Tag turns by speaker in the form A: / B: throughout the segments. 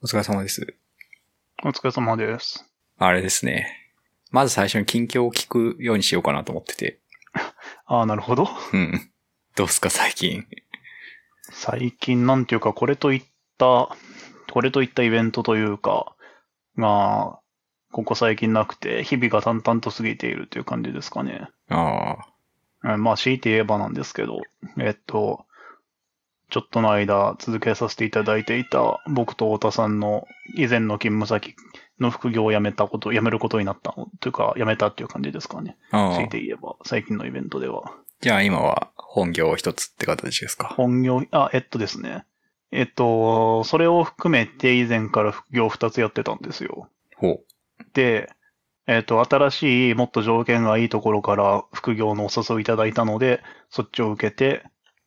A: お疲れ様です。
B: お疲れ様です。
A: あれですね。まず最初に近況を聞くようにしようかなと思ってて。
B: ああ、なるほど。
A: うん。どうすか最近。
B: 最近なんていうか、これといったイベントというか、まあ、ここ最近なくて、日々が淡々と過ぎているという感じですかね。
A: ああ。
B: まあ、強いて言えばなんですけど、ちょっとの間続けさせていただいていた僕と太田さんの以前の勤務先の副業を辞めることになったというか、辞めたっていう感じですかね。強いて言えば、最近のイベントでは。
A: じゃあ今は本業一つって形ですか？
B: 本業、ですね。それを含めて以前から副業2つやってたんですよ。
A: ほう。
B: で、新しいもっと条件がいいところから副業のお誘いいただいたので、そっちを受けて、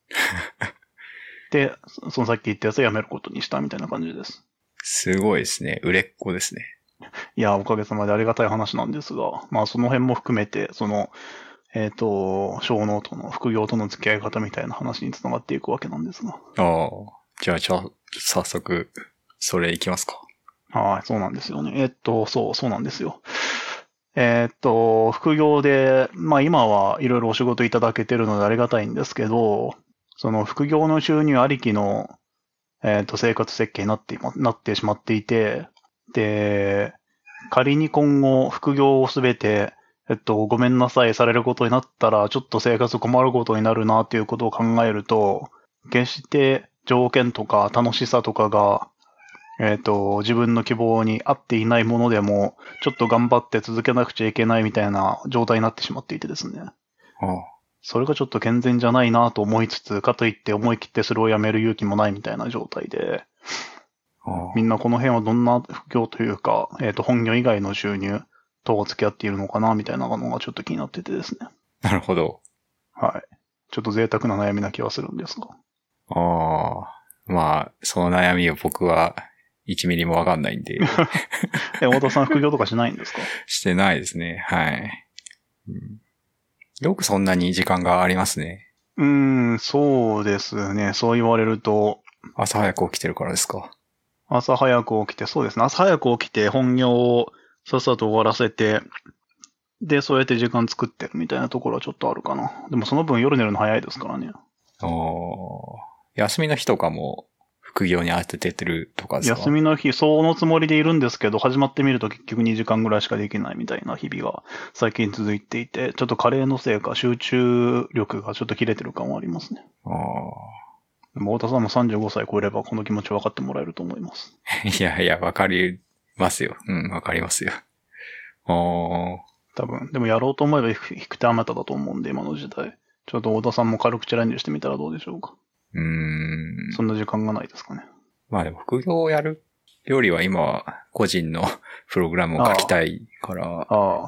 B: で、そのさっき言ったやつをやめることにしたみたいな感じです。
A: すごいですね。売れっ子ですね。
B: いや、おかげさまでありがたい話なんですが、まあその辺も含めて、小脳との副業との付き合い方みたいな話につながっていくわけなんですが。
A: ああ。じゃあ早速、それいきますか。
B: はい、そうなんですよね。そうなんですよ。副業で、まあ今はいろいろお仕事いただけてるのでありがたいんですけど、その副業の収入ありきの、生活設計になってしまっていて、で、仮に今後副業をすべて、ごめんなさいされることになったら、ちょっと生活困ることになるなっていうことを考えると、決して条件とか楽しさとかが自分の希望に合っていないものでも、ちょっと頑張って続けなくちゃいけないみたいな状態になってしまっていてですね。
A: ああ。
B: それがちょっと健全じゃないなと思いつつ、かといって思い切ってそれをやめる勇気もないみたいな状態で、みんなこの辺はどんな副業というか、本業以外の収入と付き合っているのかなみたいなのがちょっと気になっててですね。
A: なるほど。
B: はい。ちょっと贅沢な悩みな気はするんですが。
A: ああ。まあ、その悩みを僕は1ミリもわかんないんで。
B: 太田さん副業とかしないんですか？
A: してないですね。はい。よくそんなに時間がありますね。
B: そうですね。そう言われると、
A: 朝早く起きてるからですか？
B: 朝早く起きて、そうですね。朝早く起きて本業をさっさと終わらせて、で、そうやって時間作ってるみたいなところはちょっとあるかな。でもその分夜寝るの早いですからね。
A: 休みの日とかも副業に当ててるとかですか？
B: 休みの日、そのつもりでいるんですけど、始まってみると結局2時間ぐらいしかできないみたいな日々が最近続いていて、ちょっと加齢のせいか集中力がちょっと切れてる感はありますね。でも太田さんも35歳超えればこの気持ち分かってもらえると思います。
A: いやいや、わかりますよ。わかりますよ。
B: 多分。でもやろうと思えば引く手あまただと思うんで、今の時代。ちょっと太田さんも軽くチャレンジしてみたらどうでしょうか。そんな時間がないですかね。
A: まあでも副業をやるよりは今は個人のプログラムを書きたいから、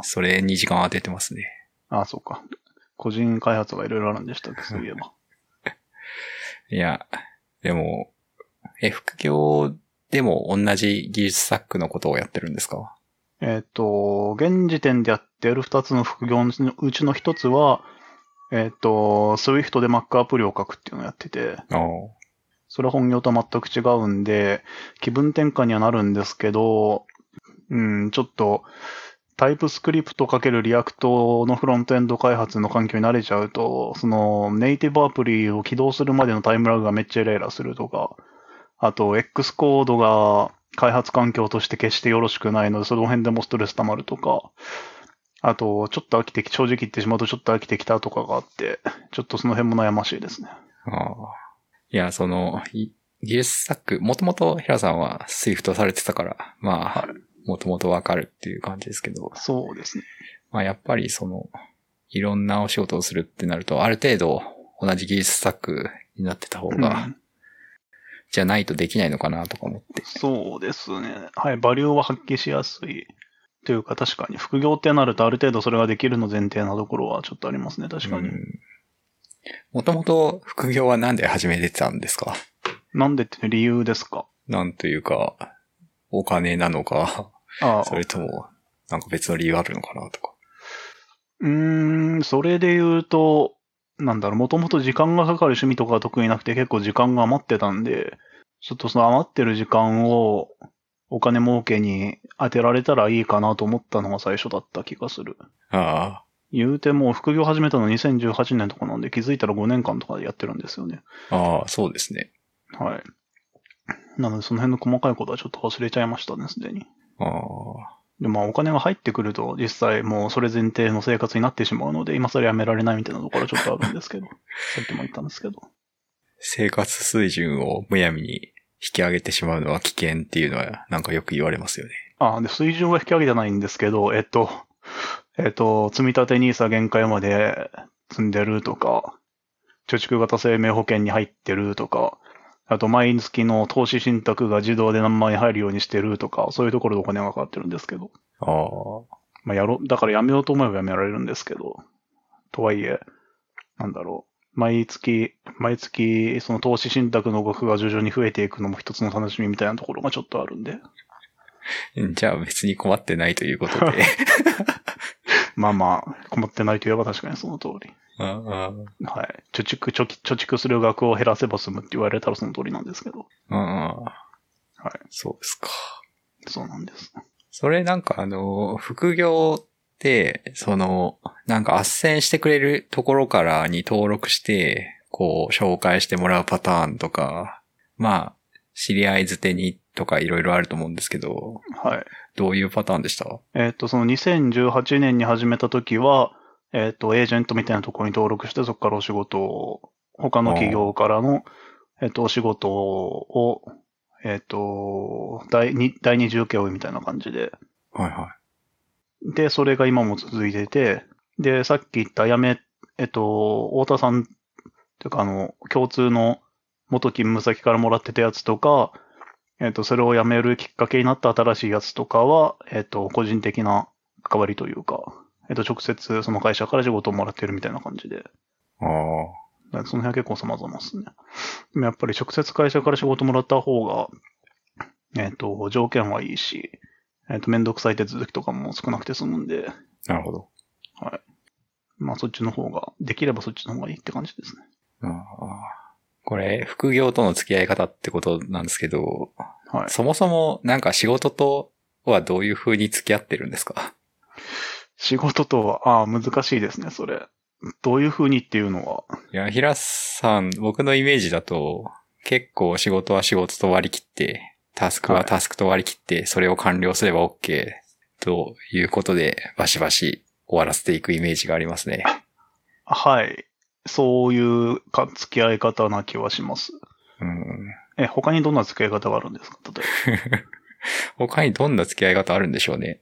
A: それ2時間当ててますね。
B: そうか。個人開発がいろいろあるんでしたっけ、そういえば。
A: いや、でも、副業でも同じ技術スタックのことをやってるんですか？
B: 現時点でやってる2つの副業のうちの1つは、Swift で Mac アプリを書くっていうのをやってて、それは本業とは全く違うんで、気分転換にはなるんですけど、ちょっと、タイプスクリプトかけるリアクトのフロントエンド開発の環境に慣れちゃうと、そのネイティブアプリを起動するまでのタイムラグがめっちゃイライラするとか、あと X コードが開発環境として決してよろしくないので、その辺でもストレス溜まるとか、あと、正直言ってしまうとちょっと飽きてきたとかがあって、ちょっとその辺も悩ましいですね。
A: いや、技術スタック、もともと平さんは Swift されてたから、もともとわかるっていう感じですけど。
B: そうですね。
A: やっぱりいろんなお仕事をするってなると、ある程度同じ技術スタックになってた方が、じゃないとできないのかなとか思って。
B: そうですね。はい、バリューは発揮しやすい。というか確かに、副業ってなるとある程度それができるの前提なところはちょっとありますね、確かに。
A: もともと副業はなんで始めてたんですか？
B: なんでって理由ですか？
A: なんというか、お金なのか、それとも、なんか別の理由あるのかなとか。
B: それで言うと、もともと時間がかかる趣味とかは特になくて結構時間が余ってたんで、ちょっとその余ってる時間をお金儲けに当てられたらいいかなと思ったのが最初だった気がする。
A: ああ。
B: 言うてもう副業始めたの2018年とかなんで気づいたら5年間とかでやってるんですよね。
A: ああ、そうですね。
B: はい。なのでその辺の細かいことはちょっと忘れちゃいましたね、すでに。
A: ああ。
B: でまあお金が入ってくると実際もうそれ前提の生活になってしまうので、今更やめられないみたいなところはちょっとあるんですけど。さっきも言ったんですけど。
A: 生活水準をむやみに引き上げてしまうのは危険っていうのはなんかよく言われますよね。
B: で、水準は引き上げじゃないんですけど、積み立て NISA 限界まで積んでるとか、貯蓄型生命保険に入ってるとか、あと毎月の投資信託が自動で何万円入るようにしてるとか、そういうところでお金がかかってるんですけど。
A: あ
B: あ。だからやめようと思えばやめられるんですけど、とはいえ、毎月、その投資信託の額が徐々に増えていくのも一つの楽しみみたいなところがちょっとあるんで。
A: じゃあ別に困ってないということで。
B: まあ、困ってないといえば確かにその通り。はい。貯蓄する額を減らせば済むって言われたらその通りなんですけど。
A: はい。そうですか。
B: そうなんです。
A: それなんか副業って、なんか斡旋してくれるところからに登録して、こう、紹介してもらうパターンとか、まあ、知り合いづてにとかいろいろあると思うんですけど、
B: はい。
A: どういうパターンでした？
B: その2018年に始めた時は、エージェントみたいなところに登録して、そこからお仕事を、他の企業からの、お仕事を、第二次請負みたいな感じで。
A: はいはい。
B: で、それが今も続いてて、で、さっき言った太田さん、というか共通の元勤務先からもらってたやつとか、それを辞めるきっかけになった新しいやつとかは、個人的な関わりというか、直接その会社から仕事をもらってるみたいな感じで。その辺は結構様々ですね。でもやっぱり直接会社から仕事もらった方が、条件はいいし、めんどくさい手続きとかも少なくて済むんで。
A: なるほど。
B: はい。まあそっちの方が、できればそっちの方がいいって感じですね。
A: これ、副業との付き合い方ってことなんですけど、
B: はい。
A: そもそもなんか仕事とはどういう風に付き合ってるんですか？
B: 仕事とは、難しいですね、それ。どういう風にっていうのは。
A: いや、平さん、僕のイメージだと、結構仕事は仕事と割り切って、タスクはタスクと割り切って、それを完了すれば OK ということで、バシバシ終わらせていくイメージがありますね。
B: はい。そういう付き合い方な気はします。他にどんな付き合い方があるんですか？例えば。
A: 他にどんな付き合い方あるんでしょうね。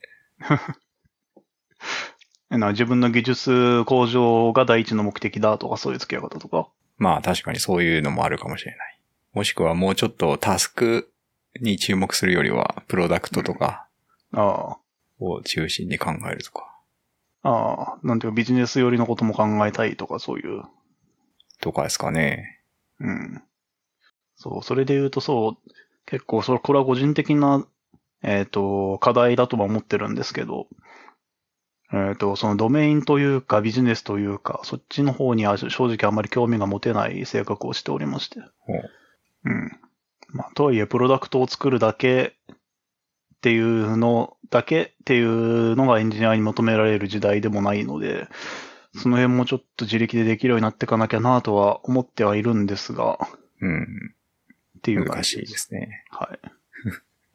B: 自分の技術向上が第一の目的だとかそういう付き合い方とか。
A: まあ確かにそういうのもあるかもしれない。もしくはもうちょっとタスクに注目するよりは、プロダクトとかを中心に考えるとか。
B: なんていうかビジネス寄りのことも考えたいとかそういう。
A: とかですかね。
B: そう、それで言うと結構これは個人的な、課題だとは思ってるんですけど、そのドメインというかビジネスというか、そっちの方には正直あまり興味が持てない性格をしておりまして。まあ、とはいえ、プロダクトを作るだけっていうのがエンジニアに求められる時代でもないので、その辺もちょっと自力でできるようになっていかなきゃなとは思ってはいるんですが。っていう
A: 難しいですね。
B: はい。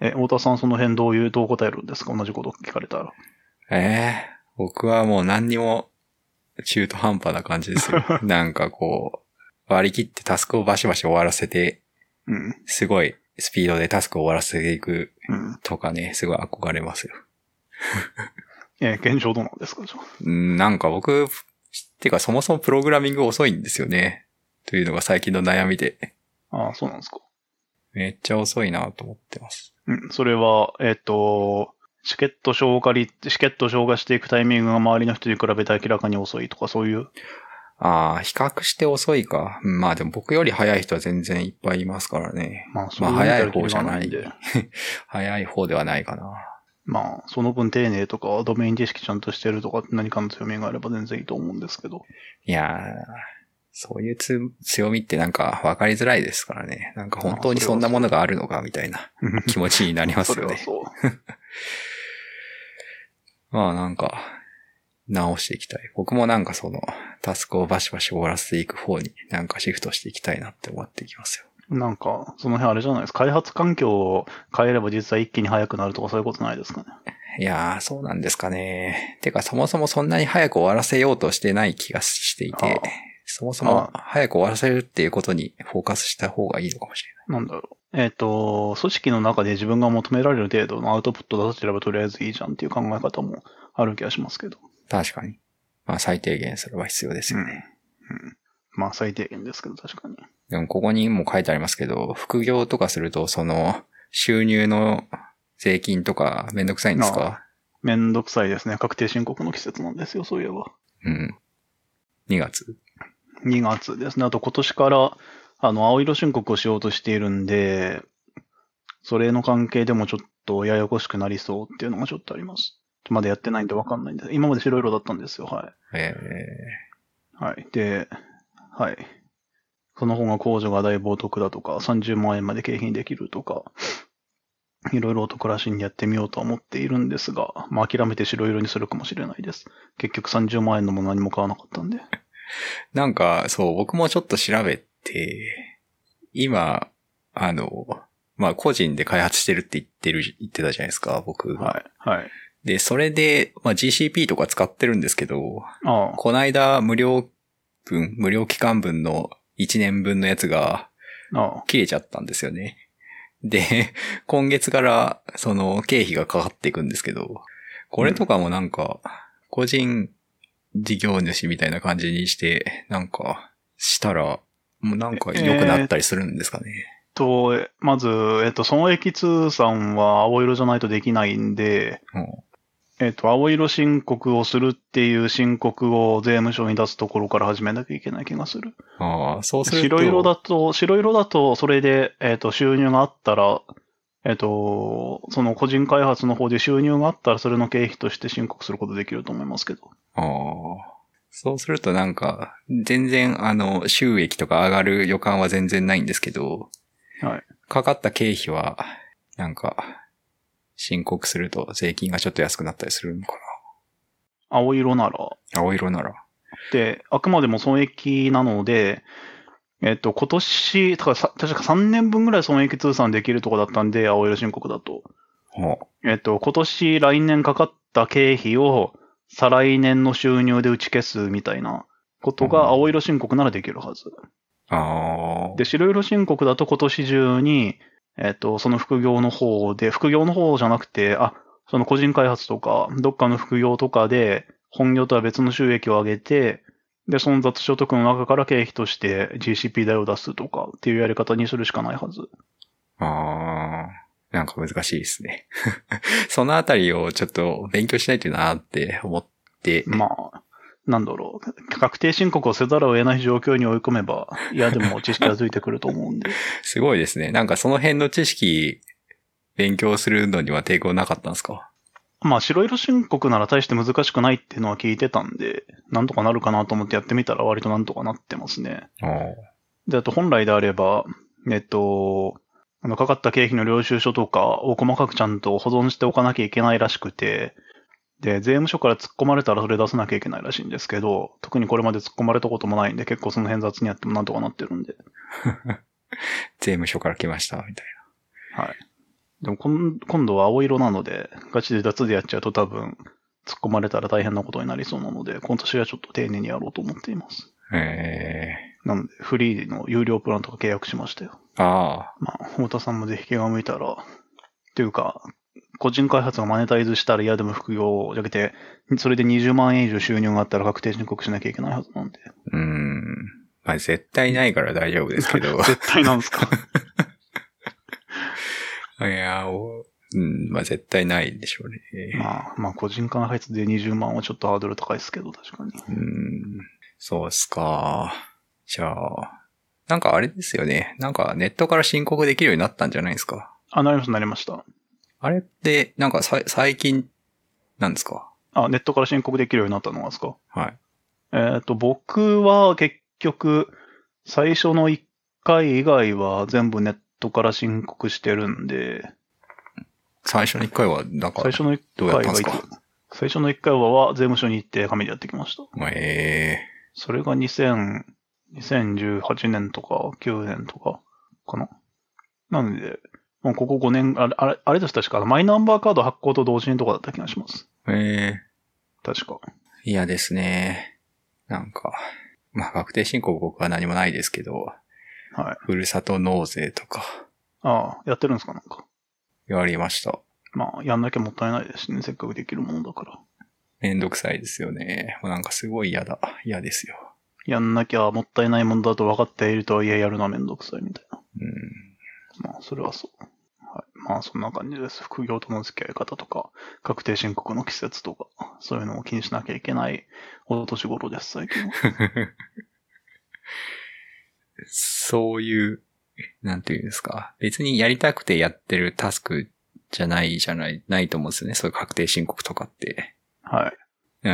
B: 太田さんその辺どう答えるんですか？同じこと聞かれたら。
A: 僕はもう何にも中途半端な感じですよ。なんかこう、割り切ってタスクをバシバシ終わらせて、すごいスピードでタスクを終わらせていくとかね、すごい憧れますよ。
B: 現状どうなんですか？じゃあ。
A: なんか僕、てかそもそもプログラミング遅いんですよね。というのが最近の悩みで。
B: そうなんですか。
A: めっちゃ遅いなと思ってます。
B: それは、チケット消化していくタイミングが周りの人に比べて明らかに遅いとかそういう。
A: 比較して遅いか。まあでも僕より早い人は全然いっぱいいますからね。まあ早い方じゃないんで。早い方ではないかな。
B: まあ、その分丁寧とかドメイン知識ちゃんとしてるとか何かの強みがあれば全然いいと思うんですけど。
A: いやそういう強みってなんか分かりづらいですからね。なんか本当にそんなものがあるのかみたいな気持ちになりますよね。
B: それはそう。
A: まあなんか、直していきたい。僕もなんかその、タスクをバシバシ終わらせていく方になんかシフトしていきたいなって思っていきますよ。
B: なんか、その辺あれじゃないですか。開発環境を変えれば実は一気に速くなるとかそういうことないですかね。
A: いやー、そうなんですかね。てかそもそもそんなに早く終わらせようとしてない気がしていて、そもそも早く終わらせるっていうことにフォーカスした方がいいのかもしれない。
B: なんだろう。組織の中で自分が求められる程度のアウトプット出せればとりあえずいいじゃんっていう考え方もある気がしますけど。
A: 確かに。まあ最低限それは必要ですよね。
B: まあ最低限ですけど確かに。
A: でもここにも書いてありますけど、副業とかするとその収入の税金とかめんどくさいんですか？
B: めんどくさいですね。確定申告の季節なんですよ、そういえば。
A: うん。2月
B: ?2 月ですね。あと今年から、青色申告をしようとしているんで、それの関係でもちょっとややこしくなりそうっていうのがちょっとあります。まだやってないんでわかんないんで。今まで白色だったんですよ、はい。はい。で、はい。その方が控除がだいぶお得だとか、30万円まで景品できるとか、いろいろお得らしいんでやってみようとは思っているんですが、まあ諦めて白色にするかもしれないです。結局30万円のもの何も買わなかったんで。
A: なんか、そう、僕もちょっと調べて、今、まあ個人で開発してるって言ってたじゃないですか、僕が。
B: はい。はい。
A: で、それで、まあ GCP とか使ってるんですけど、
B: ああ。
A: こないだ無料期間分の1年分のやつが切れちゃったんですよね。で、今月からその経費がかかっていくんですけど、これとかもなんか、個人事業主みたいな感じにして、なんか、したら、もうなんか良くなったりするんですかね。
B: まず、損益通算は青色じゃないとできないんで、青色申告をするっていう申告を税務署に出すところから始めなきゃいけない気がする。
A: ああ、そうすると。
B: 白色だと、それで、収入があったら、その個人開発の方で収入があったら、それの経費として申告することできると思いますけど。
A: ああ。そうするとなんか、全然収益とか上がる予感は全然ないんですけど、
B: はい。
A: かかった経費は、なんか、申告すると税金がちょっと安くなったりするのかな。
B: 青色なら。
A: 青色なら。
B: で、あくまでも損益なので、今年、確か3年分ぐらい損益通算できるとこだったんで、青色申告だと。今年、来年かかった経費を、再来年の収入で打ち消すみたいなことが青色申告ならできるはず。で、白色申告だと今年中に、その副業の方で、副業の方じゃなくて、その個人開発とか、どっかの副業とかで、本業とは別の収益を上げて、で、その雑所得の中から経費として GCP 代を出すとかっていうやり方にするしかないはず。
A: なんか難しいですね。そのあたりをちょっと勉強しないとなって思って。
B: まあ、なんだろう。確定申告をせざるを得ない状況に追い込めば、いやでも知識はついてくると思うんで。
A: すごいですね。なんかその辺の知識勉強するのには抵抗なかったんですか？
B: まあ、白色申告なら大して難しくないっていうのは聞いてたんで、なんとかなるかなと思ってやってみたら割となんとかなってますね。で、あと本来であれば、かかった経費の領収書とかを細かくちゃんと保存しておかなきゃいけないらしくて、で、税務署から突っ込まれたらそれ出さなきゃいけないらしいんですけど、特にこれまで突っ込まれたこともないんで、結構その辺雑にやってもなんとかなってるんで。
A: 税務署から来ました、みたい
B: な。はい。でも今度は青色なので、ガチで脱でやっちゃうと多分、突っ込まれたら大変なことになりそうなので、今年はちょっと丁寧にやろうと思っています。なので、フリーの有料プランとか契約しましたよ。まあ、太田さんもぜひ気が向いたら、というか、個人開発がマネタイズしたら嫌でも副業をじゃけて、それで20万円以上収入があったら確定申告しなきゃいけないはずなんで。
A: まあ絶対ないから大丈夫ですけど。
B: 絶対なんですか？
A: いや、まあ絶対ないでしょうね。
B: まあ個人開発で20万はちょっとハードル高いですけど、確かに。
A: そうっすか。じゃあ、なんかあれですよね。なんかネットから申告できるようになったんじゃないですか。
B: なりました。
A: あれって、なんか最近なんですか？
B: ネットから申告できるようになったのはですか？
A: はい。
B: 僕は結局、最初の1回以外は全部ネットから申告してるんで。
A: 最初の1回は、なんか、
B: 最初の1回は最初の1回は税務署に行って紙でやってきました。それが2018年とか9年とかかな。なので、もうここ5年、あれです、確かマイナンバーカード発行と同時にとかだった気がします。確か。
A: 嫌ですね。なんか、まあ確定申告僕は何もないですけど、
B: はい。
A: ふるさと納税とか。
B: ああ、やってるんですかなんか。
A: やりました。
B: まあ、やんなきゃもったいないですしね、せっかくできるものだから。
A: めんどくさいですよね。もうなんかすごい嫌ですよ。
B: やんなきゃもったいないものだと分かっているとはいえやるのはめんどくさいみたいな。まあ、それはそう。はい。まあ、そんな感じです。副業との付き合い方とか、確定申告の季節とか、そういうのを気にしなきゃいけないお年頃です、最近は。
A: そういう、なんていうんですか。別にやりたくてやってるタスクじゃないと思うんですよね。そういう確定申告とかって。
B: はい。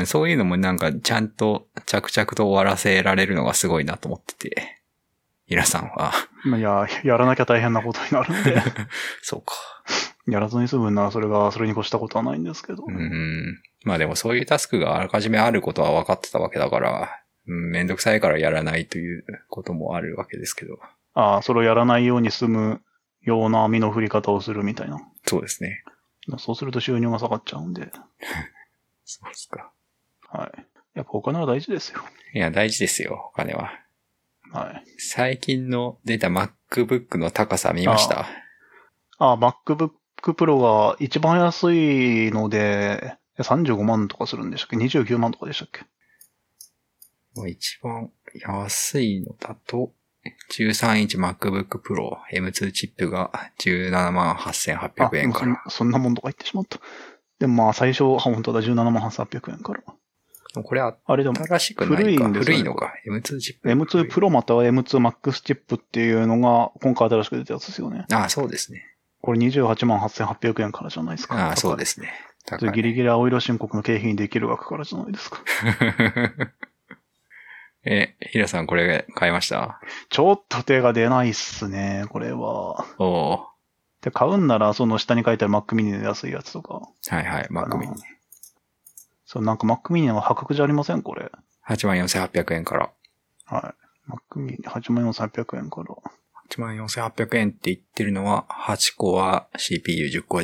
A: そういうのもなんかちゃんと着々と終わらせられるのがすごいなと思ってて。皆さんは。
B: やらなきゃ大変なことになるんで。
A: そうか。
B: やらずに済むならそれに越したことはないんですけど。
A: まあでもそういうタスクがあらかじめあることは分かってたわけだから、めんどくさいからやらないということもあるわけですけど。
B: ああ、それをやらないように済むような身の振り方をするみたいな。
A: そうですね。
B: そうすると収入が下がっちゃうんで。
A: そうですか。
B: はい。やっぱお金は大事ですよ。
A: いや、大事ですよ、お金は。
B: はい。
A: 最近の出た MacBook の高さ見ました？
B: MacBook Pro が一番安いので、35万とかするんでしたっけ ?29 万とかでしたっけ？
A: 一番安いのだと、13インチ MacBook Pro M2 チップが17万8800円から。
B: そんなもんとか言ってしまった。でもまあ最初、本当だ、17万8800円から。
A: これは新しくないか。
B: 古いんです
A: 古いのか。M2 チップ。
B: M2 Pro または M2 Max チップっていうのが今回新しく出たやつですよね。
A: そうですね。
B: これ28万8800円からじゃないですか。
A: そうですね。
B: ギリギリ青色申告の経費にできる額からじゃないですか。
A: 平さんこれ買いました？
B: ちょっと手が出ないっすね、これは。で、買うんならその下に書いてある Mac mini の安いやつとか。
A: はいはい、Mac mini。
B: そう、なんか Mac mini の破格じゃありませんこれ。
A: 84,800円から。
B: はい。Mac mini 84,800円から。
A: 84,800円って言ってるのは、8コア CPU、10コア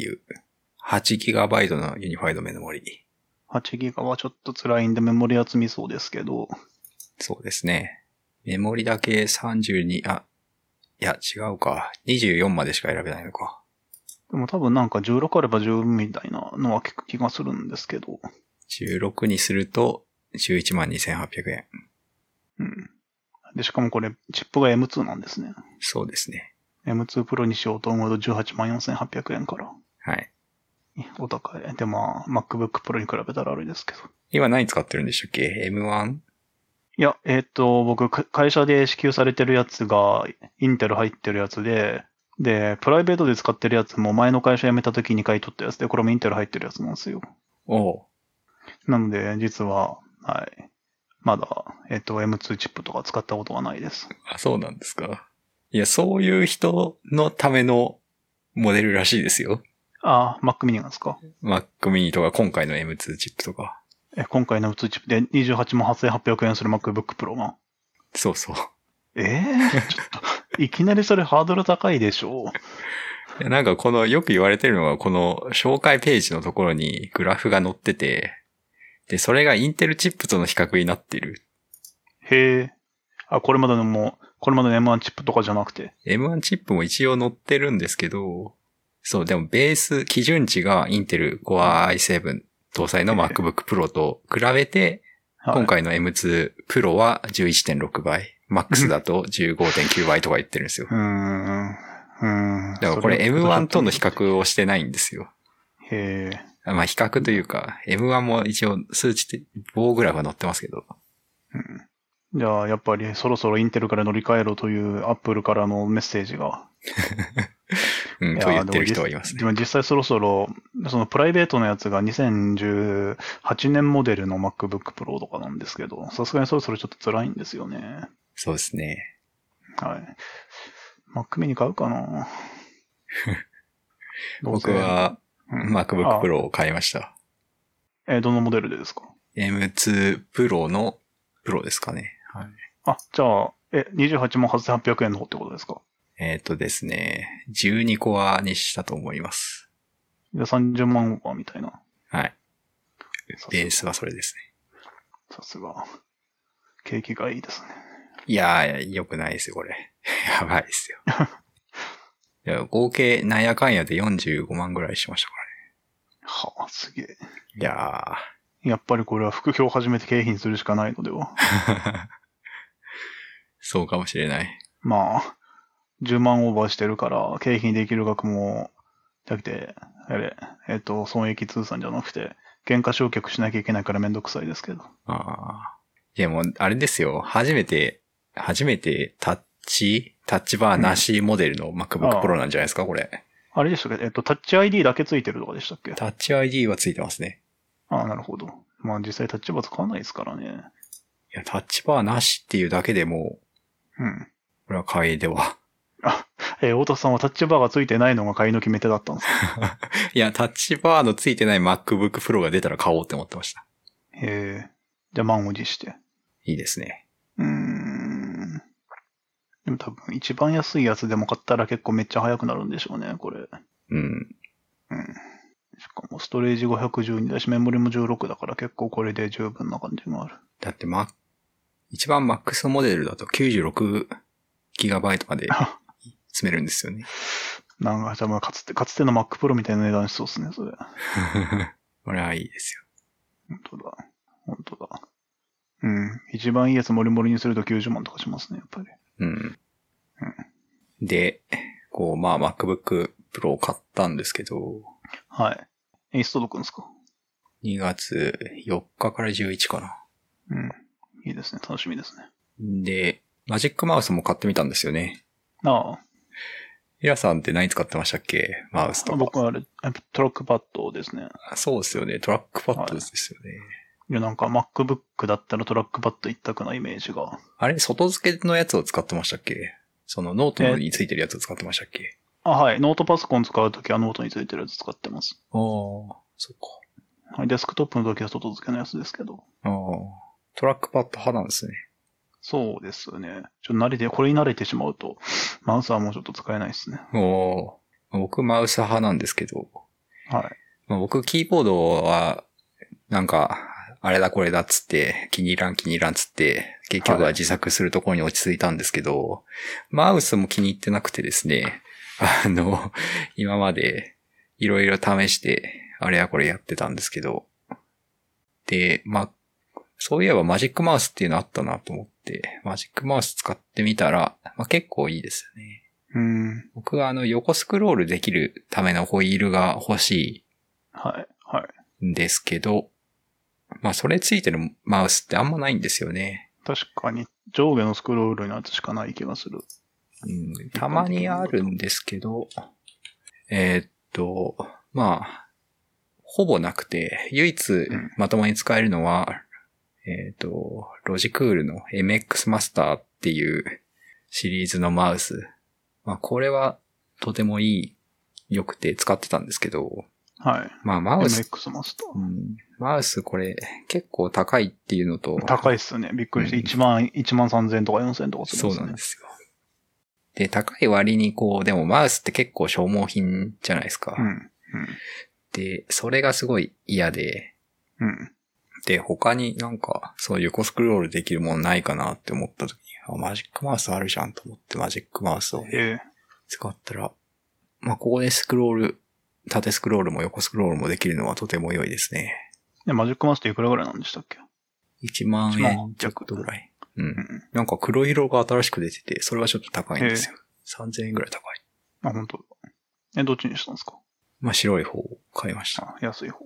A: GPU、8GB のユニファイドメモリ。
B: 8GB はちょっと辛いんでメモリは積みそうですけど。
A: そうですね。メモリだけ32、いや違うか。24までしか選べないのか。
B: でも多分なんか16あれば十分みたいなのは聞く気がするんですけど。
A: 16にすると112,800円。
B: で、しかもこれ、チップが M2 なんですね。
A: そうですね。
B: M2 Pro にしようと思うと184,800円から。
A: はい。
B: お高い。で、まあ、MacBook Pro に比べたらあれですけど。
A: 今何使ってるんでしたっけ？ M1？
B: いや、僕、会社で支給されてるやつが、インテル入ってるやつで、プライベートで使ってるやつも前の会社辞めた時に買い取ったやつで、これもインテル入ってるやつなんですよ。なので、実は、はい。まだ、M2 チップとか使ったことがないです。
A: そうなんですか。いや、そういう人のためのモデルらしいですよ。
B: Mac mini なんですか？
A: Mac mini とか今回の M2 チップとか。
B: 今回の M2 チップで28万8800円する MacBook Pro が。
A: そうそう。
B: ちょっと、いきなりそれハードル高いでしょ
A: う。なんかよく言われてるのが、この紹介ページのところにグラフが載ってて、で、それがインテルチップとの比較になっている。
B: へえ。これまでの M1 チップとかじゃなくて。
A: M1 チップも一応載ってるんですけど、そう、でもベース、基準値がインテル Core i7 搭載の MacBook Pro と比べて、今回の M2 Pro は 11.6 倍、Max だと 15.9 倍とか言ってるんですよ。だからこれ M1 との比較をしてないんですよ。
B: へえ。
A: まあ比較というか、M1 も一応数値で棒グラフが載ってますけど。
B: じゃあ、やっぱりそろそろインテルから乗り換えろというアップルからのメッセージが。
A: うん、と言ってる人はいますね。
B: でも実際そろそろ、そのプライベートのやつが2018年モデルの MacBook Pro とかなんですけど、さすがにそろそろちょっと辛いんですよね。
A: そうですね。
B: はい。Mac mini 買うかな
A: 僕は MacBook Pro を買いました。
B: どのモデルでですか？
A: M2 Pro のプロですかね。はい。
B: あ、じゃあ、28万8800円の方ってことですか？
A: ですね、12コアにしたと思います。
B: で、30万オーバーみたいな。
A: はい。ベースはそれですね。
B: さすが。景気がいいですね。
A: いやー、良くないですよ、これ。やばいですよ。いや合計なんやかんやで45万ぐらいしましたからね。
B: はあ、すげえ。
A: いや
B: ー。やっぱりこれは副業を始めて経費にするしかないのでは。
A: そうかもしれない。
B: まあ、10万オーバーしてるから、経費にできる額も、だけて、損益通算じゃなくて、原価償却しなきゃいけないからめんどくさいですけど。
A: ああ。いやもう、あれですよ。初めてタッチバーなしモデルの MacBook Pro なんじゃないですか、これ。
B: あれでしたっけ？タッチ ID だけついてるとかでしたっけ？
A: タッチ ID はついてますね。
B: ああ、なるほど。まあ実際タッチバー使わないですからね。
A: いや、タッチバーなしっていうだけでも、
B: うん。
A: これは買いでは。
B: あ、太田さんはタッチバーがついてないのが買いの決め手だったんですか？
A: いや、タッチバーのついてない MacBook Pro が出たら買おうって思ってました。
B: へえ。じゃあ満を持して。
A: いいですね。
B: でも多分一番安いやつでも買ったら結構めっちゃ速くなるんでしょうね、これ。
A: うん。
B: しかもストレージ512だし、メモリも16だから結構これで十分な感じがある。
A: だって一番マックスモデルだと 96GB まで詰めるんですよね。
B: なんか、じゃあかつての Mac Pro みたいな値段しそうですね、それ。
A: これはいいです
B: よ。本当だ。うん。一番いいやつモリモリにすると90万とかしますね、やっぱり。
A: うん。で、MacBook Pro を買ったんですけど。
B: はい。いつ届くんですか
A: ？2月4日から11かな。
B: うん。いいですね。楽しみですね。
A: で、マジックマウスも買ってみたんですよね。
B: ああ。
A: ヒラさんって何使ってましたっけ？マウスとか。
B: 僕はあれ、トラックパッドですね。
A: そうですよね。トラックパッドですよね。
B: いや、なんか MacBook だったらトラックパッド一択なイメージが。
A: あれ、外付けのやつを使ってましたっけ？そのノートについてるやつを使ってましたっけ？
B: はい。ノートパソコン使うときはノートについてるやつ使ってます。
A: ああ、そっか。
B: はい。デスクトップのときは外付けのやつですけど。
A: ああ、トラックパッド派なんですね。
B: そうですね。これに慣れてしまうと、マウスはもうちょっと使えないですね。
A: 僕マウス派なんですけど。
B: はい。
A: 僕キーボードは、なんか、あれだこれだっつって、気に入らんつって、結局は自作するところに落ち着いたんですけど、マウスも気に入ってなくてですね、今までいろいろ試して、あれやこれやってたんですけど、で、そういえばマジックマウスっていうのあったなと思って、マジックマウス使ってみたら、結構いいですよね。僕は横スクロールできるためのホイールが欲しいんですけど、それついてるマウスってあんまないんですよね。
B: 確かに上下のスクロールのやつしかない気がする。
A: たまにあるんですけど、ほぼなくて、唯一まともに使えるのは、ロジクールの MX マスターっていうシリーズのマウス。これはとても良くて使ってたんですけど、
B: はい。
A: マウス。
B: MX マスター。
A: マウスこれ結構高いっていうのと。
B: 高いっすね。びっくりして1万3000とか4000とかするんですね。
A: そうなんですよ。で、高い割にでもマウスって結構消耗品じゃないですか。で、それがすごい嫌で。で、他になんかそういう横スクロールできるものないかなって思った時に、マジックマウスあるじゃんと思ってマジックマウスを使ったら、ここで縦スクロールも横スクロールもできるのはとても良いですね。
B: マジックマウスっていくらぐらいなんでしたっけ
A: ？1万円弱ぐらい。なんか黒色が新しく出てて、それはちょっと高いんですよ。3000円ぐらい高い。
B: あ、本当だ。どっちにしたんですか？
A: 白い方を買いました。
B: 安い方。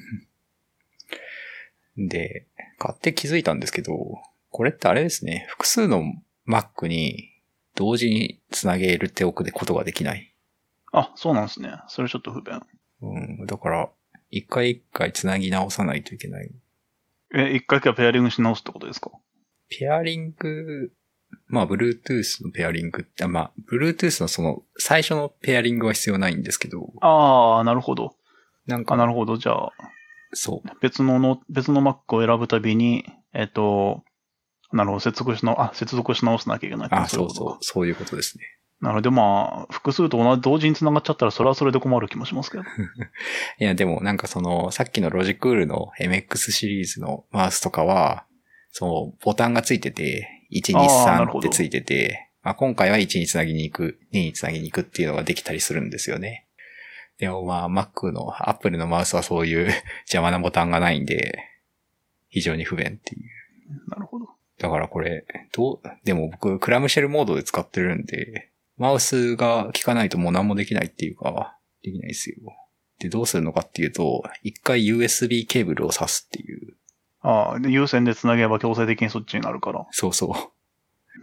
A: で、買って気づいたんですけど、これってあれですね、複数の Mac に同時につなげるっておくことができない。
B: あ、そうなんですね。それちょっと不便。
A: だから、一回一回繋ぎ直さないといけない。
B: 一回ペアリングし直すってことですか？
A: ペアリング、まあ、Bluetooth のペアリングって、まあ、Bluetooth のその、最初のペアリングは必要ないんですけど。
B: ああ、なるほど。
A: なんか。
B: なるほど。じゃあ、
A: そう。
B: 別の Mac を選ぶたびに、なるほど、接続し直さなきゃいけないって
A: そういうことか。そういうことですね。
B: なのでまあ、複数と同時に繋がっちゃったらそれはそれで困る気もしますけど。
A: いや、でもなんかさっきのロジクールの MX シリーズのマウスとかは、ボタンがついてて、1、2、3ってついてて、まあ、今回は1につなぎに行く、2につなぎに行くっていうのができたりするんですよね。でもまあ、Mac の、Apple のマウスはそういう邪魔なボタンがないんで、非常に不便っていう。
B: なるほど。
A: だからこれ、でも僕、クラムシェルモードで使ってるんで、マウスが効かないともう何もできないっていうか、できないですよ。で、どうするのかっていうと、一回 USB ケーブルを挿すっていう。
B: で、有線で繋げば強制的にそっちになるから。
A: そうそう。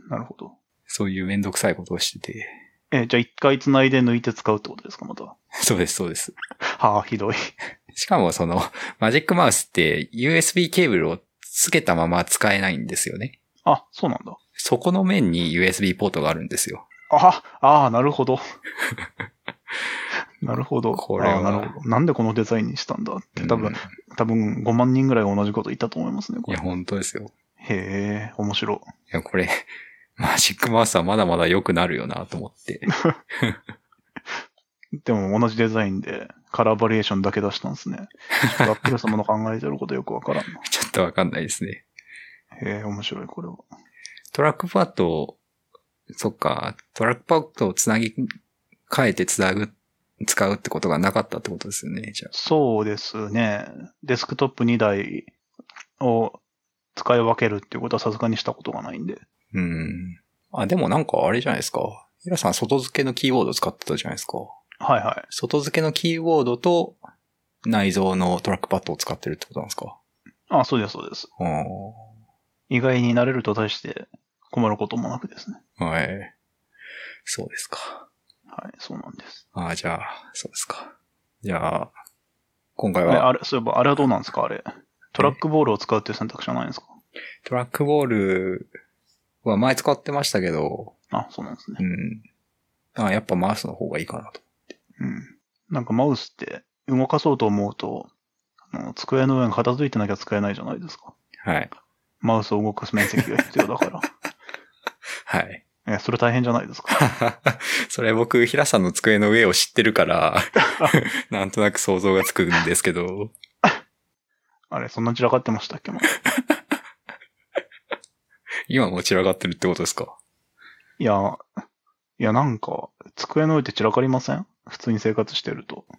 B: なるほど。
A: そういうめんどくさいことをして
B: て。じゃあ一回繋いで抜いて使うってことですか、また。
A: そうです、そうです。
B: ひどい。
A: しかもマジックマウスって USB ケーブルをつけたまま使えないんですよね。
B: そうなんだ。
A: そこの面に USB ポートがあるんですよ。
B: なるほど。なるほど。
A: これは。
B: なるほど。なんでこのデザインにしたんだって多分5万人ぐらい同じこと言ったと思いますね。
A: いや、本当ですよ。
B: へえ、面白い。
A: いや、これ、マジックマウスはまだまだ良くなるよなと思って。
B: でも同じデザインでカラーバリエーションだけ出したんですね。アップル様の考えてることよくわからんな。
A: ちょっとわかんないですね。
B: へえ、面白い、これは。
A: トラックパッドを、そっか、トラックパッドを変えて使うってことがなかったってことですよね、じゃあ。
B: そうですね。デスクトップ2台を使い分けるっていうことはさすがにしたことがないんで。
A: でもなんかあれじゃないですか。ヒラさん外付けのキーボード使ってたじゃないですか。
B: はいはい。
A: 外付けのキーボードと内蔵のトラックパッドを使ってるってことなんですか？
B: そうです、そうです。意外に慣れると大して困ることもなくですね。
A: はい。そうですか。
B: はい、そうなんです。
A: じゃあ、そうですか。じゃあ、今回は。
B: そういえば、あれはどうなんですかあれ。トラックボールを使うっていう選択肢はないんですか？
A: トラックボールは前使ってましたけど。
B: そうなんですね。
A: やっぱマウスの方がいいかなと思って。
B: なんかマウスって動かそうと思うと、机の上に片付いてなきゃ使えないじゃないですか。
A: はい。
B: マウスを動かす面積が必要だから。
A: はい。
B: それ大変じゃないですか。
A: それ僕、平さんの机の上を知ってるから、なんとなく想像がつくんですけど。
B: あれ、そんな散らかってましたっけ？
A: 今も散らかってるってことですか？
B: いや、なんか、机の上って散らかりません？普通に生活してると。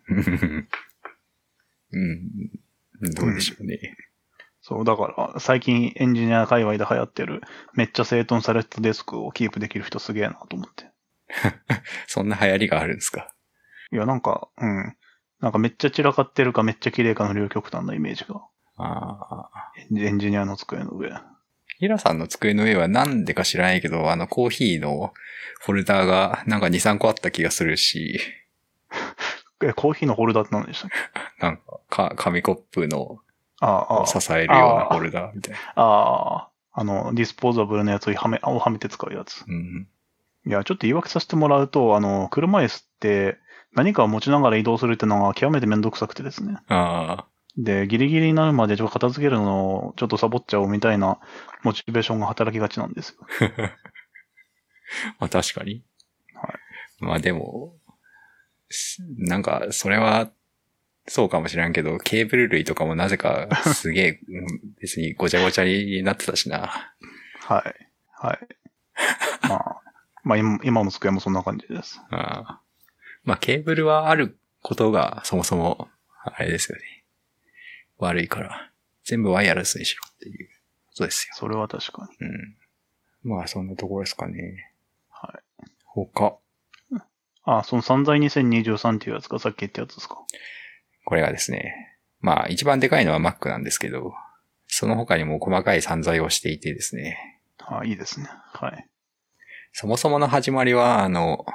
A: どうでしょうね。
B: そう、だから、最近エンジニア界隈で流行ってる、めっちゃ整頓されたデスクをキープできる人すげえなと思って。
A: そんな流行りがあるんですか？
B: いや、なんかめっちゃ散らかってるかめっちゃ綺麗かの両極端なイメージが。エンジニアの机の上。
A: 平さんの机の上はなんでか知らないけど、コーヒーのホルダーがなんか2、3個あった気がするし。
B: コーヒーのホルダーって何でしたっけ？
A: なんか、紙コップの、支えるようなホルダーみたい
B: な。ディスポーザブルのやつをはめて使うやつ。いや、ちょっと言い訳させてもらうと、車椅子って何かを持ちながら移動するってのが極めてめんどくさくてですね。で、ギリギリになるまで片付けるのをちょっとサボっちゃおうみたいなモチベーションが働きがちなんですよ。
A: まあ確かに。
B: はい。
A: まあでも、なんか、それは、そうかもしれんけど、ケーブル類とかもなぜかすげえ、別にごちゃごちゃになってたしな。
B: はい。はい。まあ今の机もそんな感じです。
A: まあケーブルはあることがそもそも、あれですよね。悪いから、全部ワイヤレスにしろっていうことですよ。
B: それは確かに。
A: まあそんなところですかね。
B: はい。
A: 他。
B: その散財2023っていうやつがさっき言ったやつですか？
A: これがですね。まあ一番でかいのは Mac なんですけど、その他にも細かい散財をしていてですね。
B: いいですね。はい。
A: そもそもの始まりは、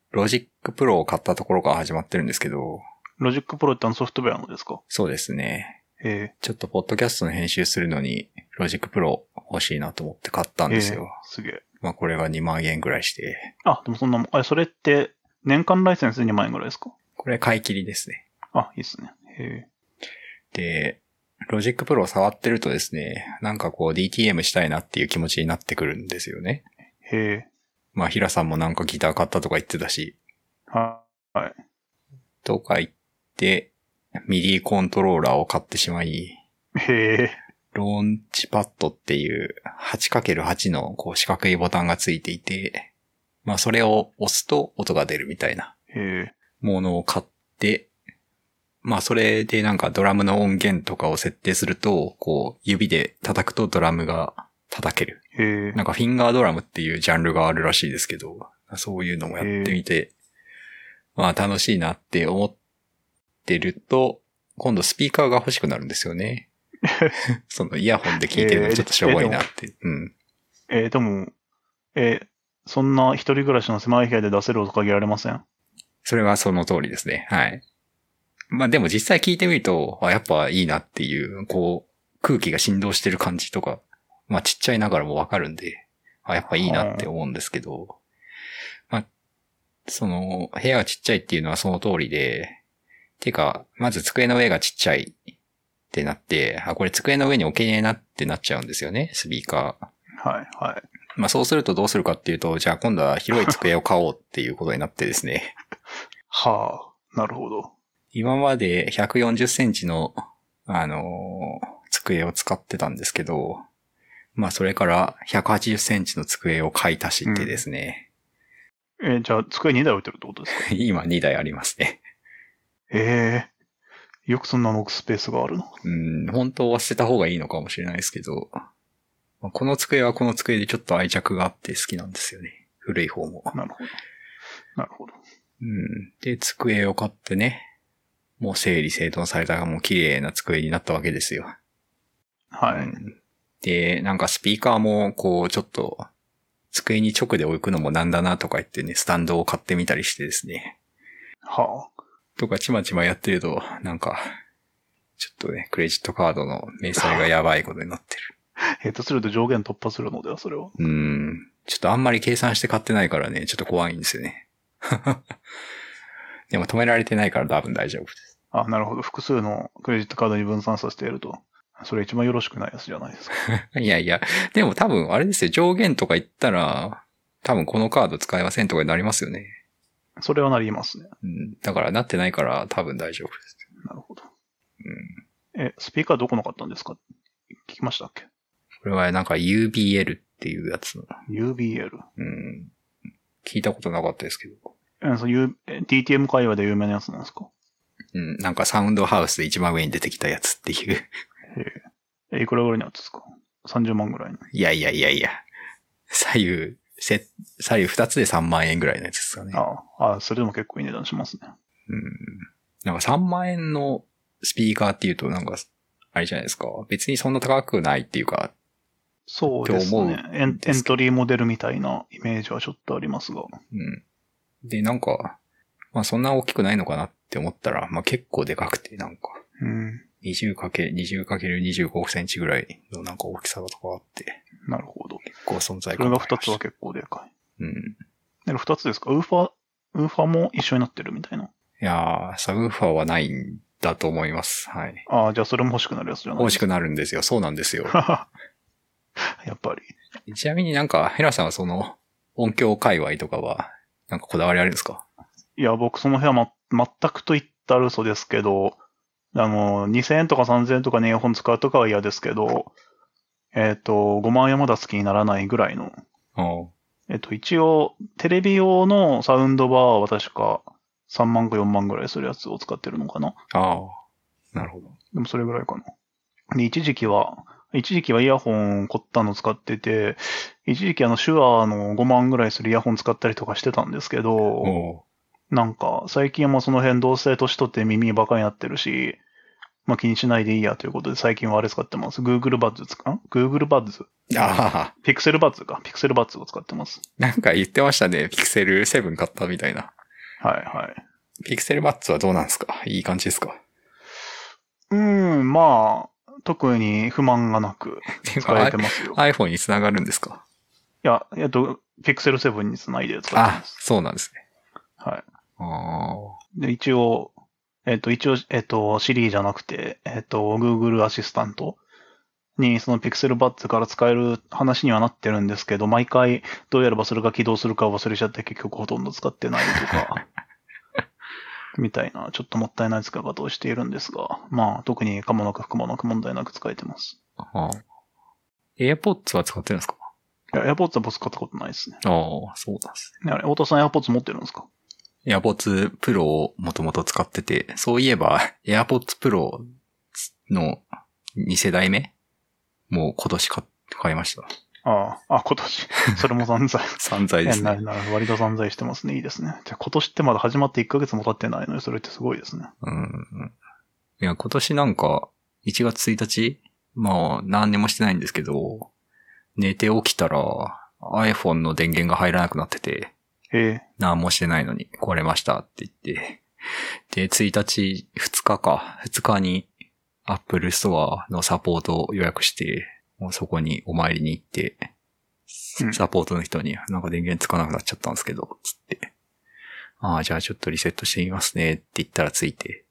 A: ロジックプロを買ったところから始まってるんですけど。
B: ロジックプロってソフトウェアのですか？
A: そうですね。ちょっとポッドキャストの編集するのに、ロジックプロ欲しいなと思って買ったんですよ。
B: すげえ。
A: まあこれが2万円ぐらいして。
B: あ、でもそんなもん、それって年間ライセンスで2万円ぐらいですか？
A: これ買い切りですね。
B: あ、いいっすね。
A: で、ロジックプロを触ってるとですね、なんかこう DTM したいなっていう気持ちになってくるんですよね。まあ、平さんもなんかギター買ったとか言ってたし。
B: はい。
A: とか言って、ミディコントローラーを買ってしまい。ローンチパッドっていう 8×8 のこう四角いボタンがついていて、まあそれを押すと音が出るみたいなものを買って、まあそれでなんかドラムの音源とかを設定すると、こう指で叩くとドラムが叩ける。なんかフィンガードラムっていうジャンルがあるらしいですけど、そういうのもやってみて、まあ楽しいなって思ってると、今度スピーカーが欲しくなるんですよね。そのイヤホンで聞いてるのちょっとしょぼいなって。
B: でも、そんな一人暮らしの狭い部屋で出せる音限られません？
A: それはその通りですね。はい。まあでも実際聞いてみると、やっぱいいなっていう、こう、空気が振動してる感じとか、まあちっちゃいながらもわかるんで、やっぱいいなって思うんですけど、まあ、その、部屋がちっちゃいっていうのはその通りで、てか、まず机の上がちっちゃいってなって、これ机の上に置けねえなってなっちゃうんですよね、スピーカ
B: ー。はい、はい。
A: まあそうするとどうするかっていうと、じゃあ今度は広い机を買おうっていうことになってですね。
B: はあ、なるほど。
A: 今まで140センチの、机を使ってたんですけど、まあそれから180センチの机を買い足してですね。
B: じゃあ机2台置いてるってことですか？
A: 今2台ありますね。
B: よくそんな置くスペースがあるの？
A: 本当は捨てた方がいいのかもしれないですけど、この机はこの机でちょっと愛着があって好きなんですよね。古い方も。
B: なるほど。なるほど。
A: で、机を買ってね、もう整理整頓されたもう綺麗な机になったわけですよ。
B: はい。
A: で、なんかスピーカーもこうちょっと机に直で置くのもなんだなとか言ってね、スタンドを買ってみたりしてですね。
B: はあ。
A: とかちまちまやってると、なんか、ちょっとね、クレジットカードの明細がやばいことになってる。
B: すると上限突破するのでは、それは。
A: ちょっとあんまり計算して買ってないからね、ちょっと怖いんですよね。でも止められてないから多分大丈夫です。
B: なるほど。複数のクレジットカードに分散させてやると。それ一番よろしくないやつじゃないですか。
A: いやいや、でも多分あれですよ、上限とか言ったら、多分このカード使えませんとかになりますよね。
B: それはなりますね。
A: だからなってないから多分大丈夫です。
B: なるほど。スピーカーどこの買ったんですか？聞きましたっけ？
A: これはなんか UBL っていうやつの。
B: UBL？
A: 聞いたことなかったですけど。
B: DTM 界隈で有名なやつなんですか？
A: なんかサウンドハウスで一番上に出てきたやつっていう。
B: いくらぐらいのやつですか？30万ぐらいの。
A: いや。左右2つで3万円ぐらいのやつですかね。
B: それでも結構いい値段しますね。
A: なんか3万円のスピーカーっていうとなんか、あれじゃないですか。別にそんな高くないっていうか。
B: そうですね。エントリーモデルみたいなイメージはちょっとありますが。
A: で、なんか、まあそんな大きくないのかなって思ったら、まあ結構でかくてなんか。20×25 センチぐらいのなんか大きさとかあって。
B: なるほど。
A: 結構存在
B: 感がありました。それが2つは結構でかい。2つですか？ウーファーも一緒になってるみたいな。
A: いやー、サブウーファーはないんだと思います。はい。
B: じゃあそれも欲しくなるやつじゃないですか。
A: 欲しくなるんですよ。そうなんですよ。
B: やっぱ
A: り。ちなみになんか、ヘラさんはその音響界隈とかは、なんかこだわりあるんですか？
B: いや、僕その部屋全くと言ったら嘘ですけど、2000円とか3000円とかね、イヤホン使うとかは嫌ですけど、5万円まだ好きにならないぐらいの。一応、テレビ用のサウンドバーは確か3万か4万ぐらいするやつを使ってるのかな。
A: なるほど。
B: でもそれぐらいかな。で、一時期はイヤホン凝ったの使ってて、一時期シュアーの5万ぐらいするイヤホン使ったりとかしてたんですけど、なんか、最近はもうその辺どうせ年取って耳バカになってるし、まあ気にしないでいいやということで最近はあれ使ってます。Google Buds Google Buds? Pixel Buds か。Pixel Buds を使ってます。
A: なんか言ってましたね。Pixel 7買ったみたいな。
B: はいはい。
A: ピクセルバッツはどうなんですか？いい感じですか？
B: まあ、特に不満がなく使えてますよ。
A: iPhone につながるんですか？
B: いや、Pixel 7につないで使ってま
A: あ、
B: す。
A: そうなんですね。
B: はい。
A: あ
B: で、一応、Siri じゃなくて、Google アシスタントにその Pixel Buds から使える話にはなってるんですけど、毎回どうやればそれが起動するか忘れちゃって結局ほとんど使ってないとか、みたいな、ちょっともったいない使い方をしているんですが、まあ、特に可もなく不可もなく問題なく使えてます。
A: AirPods は使ってるんですか？
B: いや、AirPods は僕使ったことないですね。
A: ああ、そうなんです
B: ね。あれ、太田さん AirPods 持ってるんですか？
A: AirPods Pro をもともと使ってて、そういえば AirPods Pro の2世代目もう今年買いました。
B: 今年。それも散財。
A: 散財ですね。
B: 割と散財してますね。いいですね。じゃ今年ってまだ始まって1ヶ月も経ってないのに、それってすごいですね。
A: いや、今年なんか、1月1日まあ、何年もしてないんですけど、寝て起きたら iPhone の電源が入らなくなってて、何もしてないのに壊れましたって言って、で、1日、2日に Apple Store のサポートを予約して、もうそこにお参りに行って、サポートの人になんか電源つかなくなっちゃったんですけど、つって。じゃあちょっとリセットしてみますねって言ったらついて。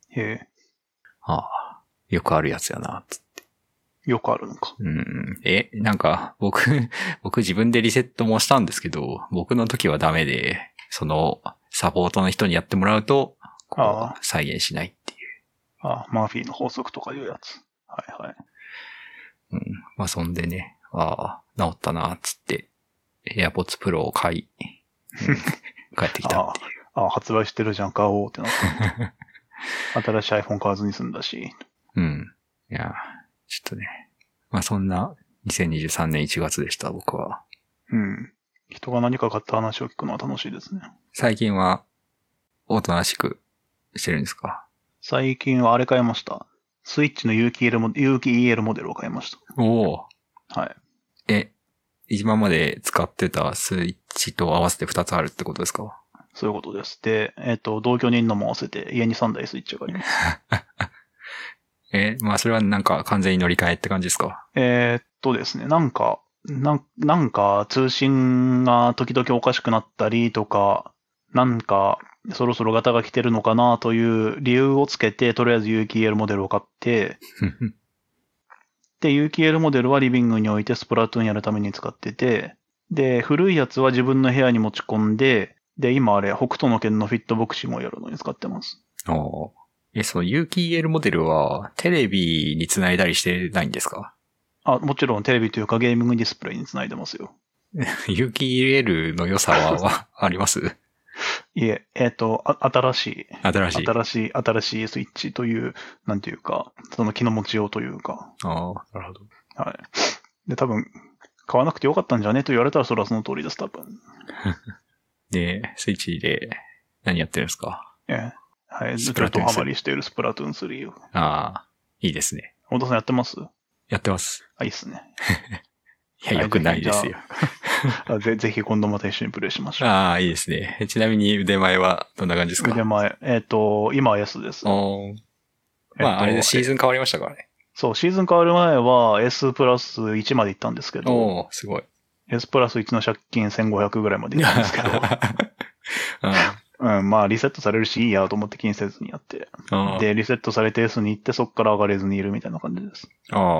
A: よくあるやつやな、つって。
B: よくあるのか。
A: なんか、僕自分でリセットもしたんですけど、僕の時はダメで、その、サポートの人にやってもらうと、再現しないっていう。
B: マーフィーの法則とかいうやつ。はいはい。
A: まあそんでね、治ったな、つって、AirPods Pro を買い、帰ってきたっていう。
B: 発売してるじゃん、買おうってなった。新しい iPhone 買わずに済んだし。
A: いや、ちょっとね。まあそんな2023年1月でした、僕は。
B: 人が何か買った話を聞くのは楽しいですね。
A: 最近は、おとなしくしてるんですか？
B: 最近はあれ買いました。スイッチの有機 EL モデルを買いました。はい。
A: 今まで使ってたスイッチと合わせて2つあるってことですか？
B: そういうことです。で、同居人のも合わせて家に3台スイッチがあります。
A: まあそれはなんか完全に乗り換えって感じですか？
B: ですね、なんか通信が時々おかしくなったりとか、なんかそろそろガタが来てるのかなという理由をつけて、とりあえず有機 EL モデルを買って、で、有機 EL モデルはリビングに置いてスプラトゥーンやるために使ってて、で、古いやつは自分の部屋に持ち込んで、で、今あれ、北斗の拳のフィットボクシーもやるのに使ってます。
A: その有機 EL モデルはテレビにつないだりしてないんですか？
B: もちろんテレビというかゲーミングディスプレイにつないでますよ。
A: 有機 EL の良さはあります？
B: いえ、新しいスイッチという、なんていうか、その気の持ちようというか。
A: なるほど。
B: はい。で、多分、買わなくてよかったんじゃねと言われたらそれはその通りです、多分。
A: で、スイッチで何やってるんですか？
B: はい。ずっとハマりしているスプラトゥーン3を。
A: いいですね。
B: 太田さんやってます？
A: やってます。
B: いいっすね。
A: いや、よくないですよ。
B: ぜひ今度また一緒にプレイしましょう。
A: いいですね。ちなみに腕前はどんな感じですか？
B: 腕前、今は S です。
A: あれでシーズン変わりましたからね。
B: そう、シーズン変わる前は S プラス1まで行ったんですけど。
A: すごい。
B: S プラス1の借金1500ぐらいまで行ったんですけど。まあリセットされるしいいやと思って気にせずにやって。で、リセットされて S に行ってそこから上がれずにいるみたいな感じです。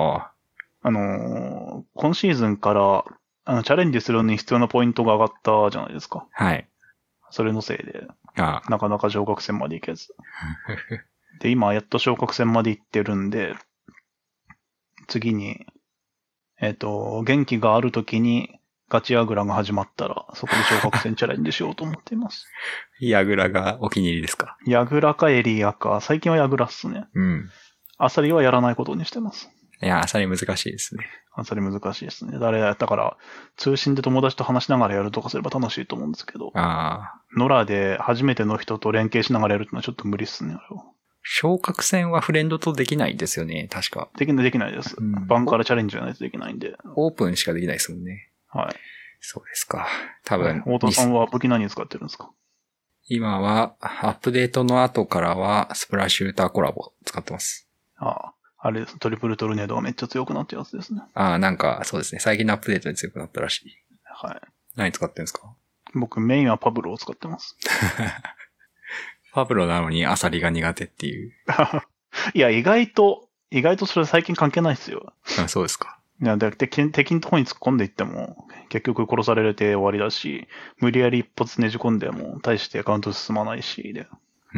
B: 今シーズンからチャレンジするのに必要なポイントが上がったじゃないですか。
A: はい。
B: それのせいで、なかなか昇格戦まで行けず。で、今やっと昇格戦まで行ってるんで、次に、元気がある時にガチヤグラが始まったら、そこで昇格戦チャレンジしようと思っています。
A: ヤグラがお気に入りですか？
B: ヤグラかエリアか、最近はヤグラっすね。アサリはやらないことにしてます。
A: いや、アサリ難しいですね。
B: アサリ難しいですね。だから、通信で友達と話しながらやるとかすれば楽しいと思うんですけど。ノラで初めての人と連携しながらやるってのはちょっと無理っすね、あれは。
A: 昇格戦はフレンドとできないですよね、確か。
B: できないです。バンからチャレンジじゃないとできないんで。
A: オープンしかできないですもんね。
B: はい。
A: そうですか。多分。
B: 太田さんは武器何使ってるんですか？
A: 今は、アップデートの後からは、スプラシューターコラボ使ってます。
B: あれです。トリプルトルネードがめっちゃ強くなったやつですね。
A: なんか、そうですね。最近のアップデートで強くなったらしい。
B: はい。
A: 何使ってんですか？
B: 僕メインはパブロを使ってます。
A: パブロなのにアサリが苦手っていう。
B: いや、意外とそれ最近関係ないですよ。
A: そうですか。
B: いや、敵のところに突っ込んでいっても、結局殺されて終わりだし、無理やり一発ねじ込んでも、大してカウント進まないし、で。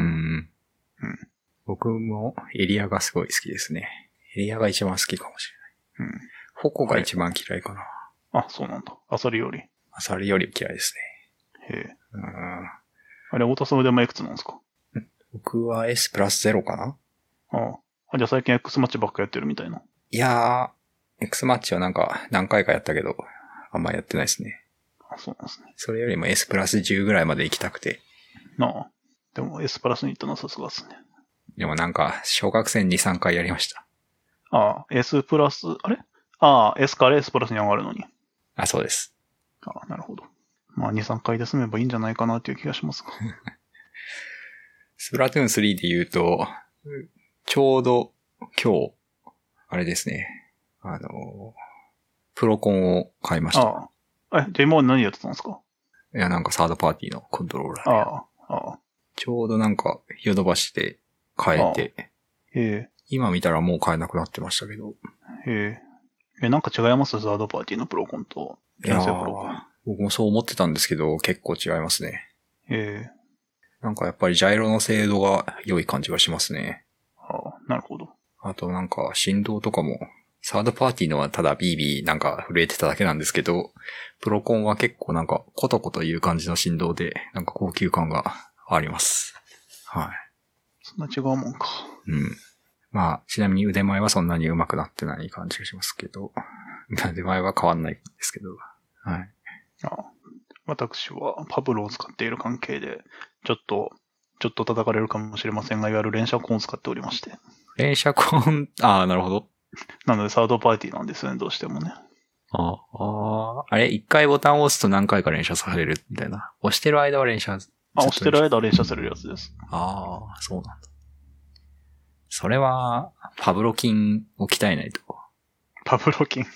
A: 僕もエリアがすごい好きですね。エリアが一番好きかもしれない。矛が一番嫌いかな。
B: あ、そうなんだ。アサリより。
A: アサリより嫌いです
B: ね。へえ。あれ、太田さん腕前いくつなんですか？
A: 僕は S プラス0かな？
B: じゃあ最近 X マッチばっかやってるみたいな。
A: いやー、X マッチはなんか何回かやったけど、あんまやってないですね。
B: そうなんですね。
A: それよりも S プラス10ぐらいまで行きたくて。
B: でも S プラスに行ったのはさすがですね。
A: でもなんか、小学生2、3回やりました。
B: S プラス、S から S プラスに上がるのに。
A: そうです。
B: なるほど。2、3回で済めばいいんじゃないかなっていう気がしますが。
A: スプラトゥーン3で言うと、ちょうど今日、あれですね。プロコンを買いました。
B: じゃあ今まで何やってたんですか？
A: いや、なんかサードパーティーのコントローラー。ちょうどなんか、ヨドバシで買えて。今見たらもう買えなくなってましたけど。
B: なんか違いますサードパーティーのプロコンと。
A: いや僕もそう思ってたんですけど、結構違いますね。なんかやっぱりジャイロの精度が良い感じがしますね。
B: なるほど。
A: あとなんか振動とかも、サードパーティーのはただビービーなんか震えてただけなんですけど、プロコンは結構なんかコトコトいう感じの振動で、なんか高級感があります。はい。
B: そんな違うもんか。
A: ちなみに腕前はそんなに上手くなってない感じがしますけど、腕前は変わんないですけど、はい。
B: 私はパブロを使っている関係で、ちょっと叩かれるかもしれませんが、いわゆる連射コンを使っておりまして。
A: 連射コン、なるほど。
B: なのでサードパーティーなんですよね、どうしてもね。
A: あれ、一回ボタンを押すと何回か連射されるみたいな。押してる間は連射。
B: 押してる間は連射されるやつです。
A: そうなんだ。それは、パブロ筋を鍛えないと。
B: パブロ筋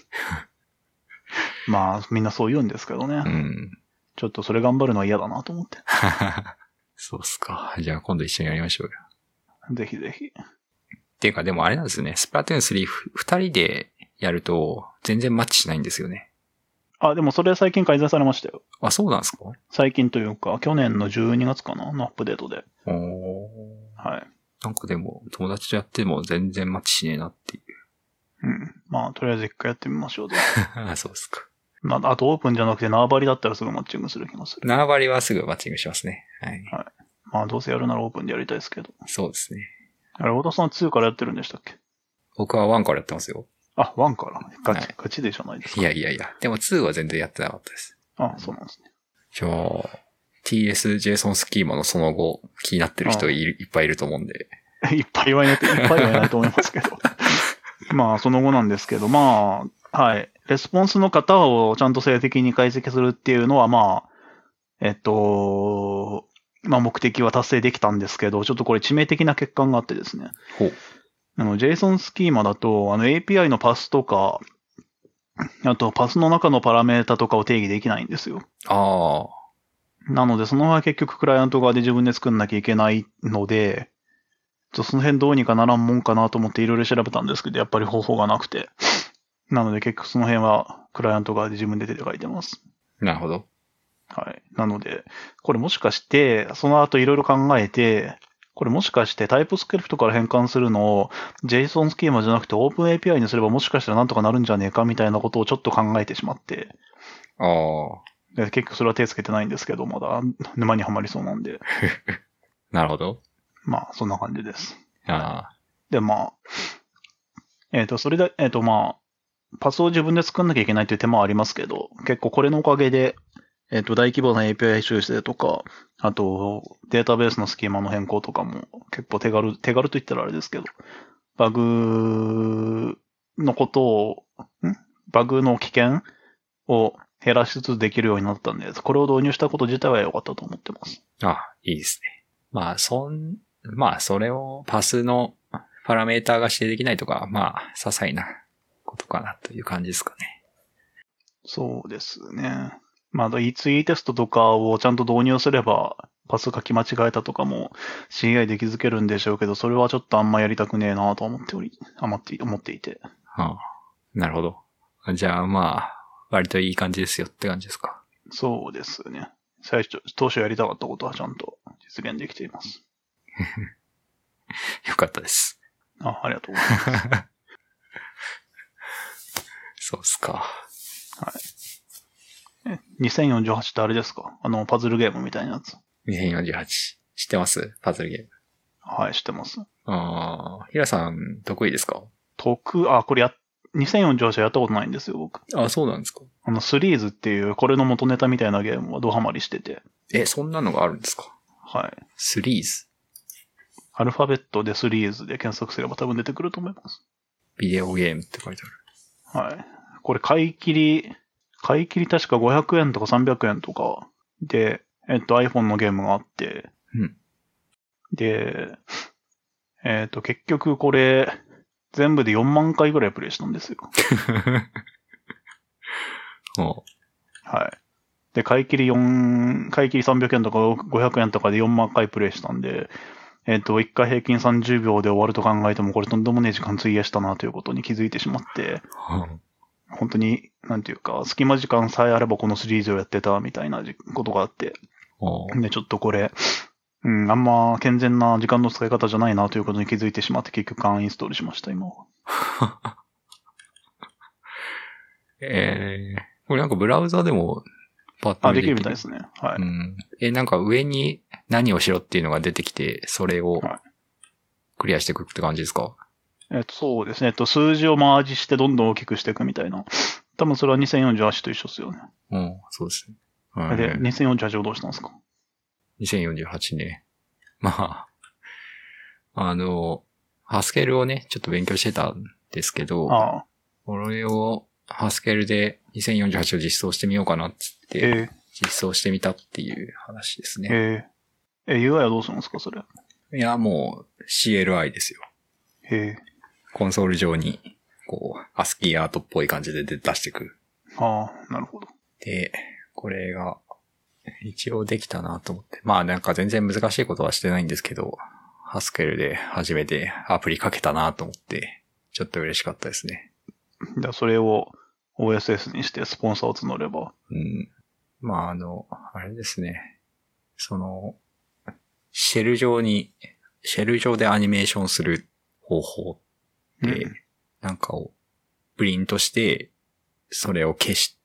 B: みんなそう言うんですけどね。ちょっとそれ頑張るのは嫌だなと思って。
A: そうっすか。じゃあ今度一緒にやりましょうよ。
B: ぜひぜひ。
A: っていうかでもあれなんですね。スプラトゥーン3、二人でやると全然マッチしないんですよね。
B: でもそれ最近改善されましたよ。
A: そうなんですか？
B: 最近というか、去年の12月かなのアップデートで。はい。
A: なんかでも、友達とやっても全然マッチしねえなっていう。
B: とりあえず一回やってみましょうぜ。
A: そうですか。
B: あとオープンじゃなくて縄張りだったらすぐマッチングする気もする。
A: 縄張りはすぐマッチングしますね。はい。
B: どうせやるならオープンでやりたいですけど。
A: そうですね。
B: あれ、小田さん2からやってるんでしたっけ？
A: 僕は1からやってますよ。
B: 1からガチでじゃないですか。
A: いや。でも2は全然やってなかったです。
B: そうなんですね。
A: じゃあ、TS JSON スキーマのその後気になってる人いっぱいいると思うんで。
B: いっぱいはいないと思いますけど。その後なんですけど、はい。レスポンスの型をちゃんと静的に解析するっていうのは、目的は達成できたんですけど、ちょっとこれ致命的な欠陥があってですね。JSON スキーマだと、API のパスとか、あとパスの中のパラメータとかを定義できないんですよ。なので、その辺は結局クライアント側で自分で作んなきゃいけないので、その辺どうにかならんもんかなと思っていろいろ調べたんですけど、やっぱり方法がなくて。なので結局その辺はクライアント側で自分で手で書いてます。
A: なるほど。
B: はい。なので、これもしかして、その後いろいろ考えて、これもしかしてタイプスクリプトから変換するのを JSON スキーマじゃなくて OpenAPI にすればもしかしたらなんとかなるんじゃねえかみたいなことをちょっと考えてしまって。で結局それは手つけてないんですけど、まだ沼にはまりそうなんで。
A: なるほど。
B: そんな感じです。
A: で、
B: それで、パスを自分で作んなきゃいけないという手間はありますけど、結構これのおかげで、大規模な API 修正とか、あと、データベースのスキーマの変更とかも結構手軽と言ったらあれですけど、バグの危険を、 減らしつつできるようになったんで、これを導入したこと自体は良かったと思ってます。
A: あ、いいですね。まあ、それをパスのパラメーターが指定できないとか、まあ、些細なことかなという感じですかね。
B: そうですね。まあ、E2E テストとかをちゃんと導入すれば、パス書き間違えたとかも CI で気づけるんでしょうけど、それはちょっとあんまやりたくねえなと思っていて。
A: はあ、なるほど。じゃあまあ、割といい感じですよって感じですか。
B: そうですね。当初やりたかったことはちゃんと実現できています。
A: よかったです。
B: ありがとうございます。
A: そうっすか。
B: はい。2048ってあれですか？パズルゲームみたいなやつ。
A: 2048。知ってます？パズルゲーム。
B: はい、知ってます。
A: ヒラさん、得意ですか？
B: これ2048やったことないんですよ、僕。
A: あ、そうなんですか？
B: スリーズっていう、これの元ネタみたいなゲームはドハマりしてて。
A: そんなのがあるんですか？
B: はい。
A: スリーズ。
B: アルファベットでスリーズで検索すれば多分出てくると思います。
A: ビデオゲームって書いて
B: ある。はい。これ買い切り確か500円とか300円とかで、iPhone のゲームがあって、
A: うん。
B: で、結局これ、全部で4万回ぐらいプレイしたんですよ。はい。で、買い切り300円とか500円とかで4万回プレイしたんで、1回平均30秒で終わると考えても、これとんでもねえ時間費やしたなということに気づいてしまって、本当に、なんていうか、隙間時間さえあればこのシリーズをやってたみたいなことがあって、で、ちょっとこれ、あんま健全な時間の使い方じゃないなということに気づいてしまって、結局アンインストールしました、今は。
A: これなんかブラウザでもパッと見
B: できるみたいですね。はい。
A: なんか上に何をしろっていうのが出てきて、それをクリアしていくって感じですか？
B: そうですね。数字をマージしてどんどん大きくしていくみたいな。多分それは2048と一緒ですよね。
A: そうですね。
B: で、2048をどうしたんですか？
A: 2048ね。まあ、ハスケルをね、ちょっと勉強してたんですけど、これをハスケルで2048を実装してみようかなっつって、実装してみたっていう話ですね。
B: UI はどうするんですか、それ？
A: いや、もう CLI ですよ。コンソール上に、こう、アスキーアートっぽい感じで出してくる。
B: なるほど。
A: で、これが、一応できたなと思って。まあなんか全然難しいことはしてないんですけど、ハスケルで初めてアプリかけたなと思って、ちょっと嬉しかったですね。
B: じゃあそれを OSS にしてスポンサーを募れば。
A: まああれですね。シェル上でアニメーションする方法で、なんかをプリントして、それを消して、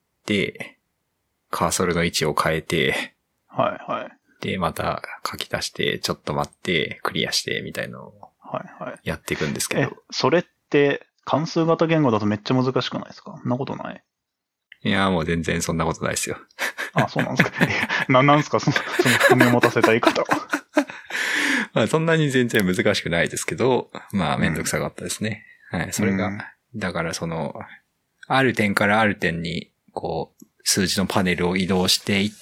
A: カーソルの位置を変えて、で、また書き出して、ちょっと待って、クリアして、みたいなのをやっていくんですけど。
B: それって、関数型言語だとめっちゃ難しくないですか？そんなことない？
A: いや、もう全然そんなことないですよ。
B: そうなんですか。なんですかその含みを持たせた言い方は。
A: まあ、そんなに全然難しくないですけど、まあ、めんどくさかったですね。はい、それが、だからある点からある点に、こう、数字のパネルを移動していって、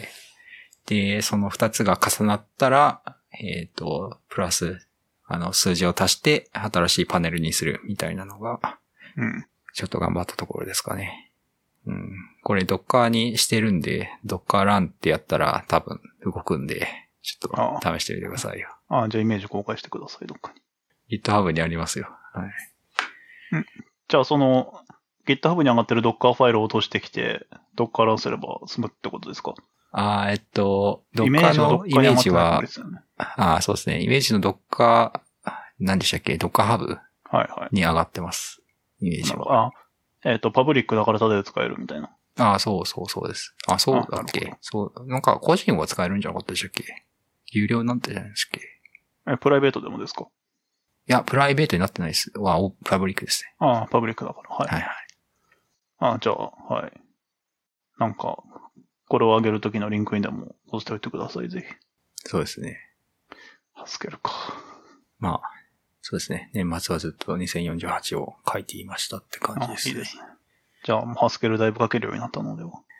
A: で、その2つが重なったら、プラス、数字を足して新しいパネルにするみたいなのが、ちょっと頑張ったところですかね。これ Docker にしてるんで、Docker Run ってやったら多分動くんで、ちょっと試してみてくださいよ。
B: じゃあイメージ公開してください、どっか
A: に。GitHub にありますよ。はい。
B: じゃあGitHub に上がってる Docker ファイルを落としてきて、Docker Runすれば済むってことですか
A: Docker のイメージは、そうですね。イメージの Docker、何でしたっけ ?Docker Hub に上がってます。イメージは。
B: パブリックだからタダで使えるみたいな。
A: そうです。そうだっけそう、なんか個人は使えるんじゃなかったでしたっけ有料なんてじゃないですっ
B: けプライベートでもですか？
A: いや、プライベートになってないです。パブリックです
B: ね。パブリックだから。じゃあ、なんか、これを上げるときのリンクにでも載せておいてください、ぜひ。
A: そうですね。
B: ハスケルか。
A: まあ、そうですね。年末はずっと2048を書いていましたって感じですね。
B: いいですね。じゃあ、もうハスケルだいぶ書けるようになったのでは。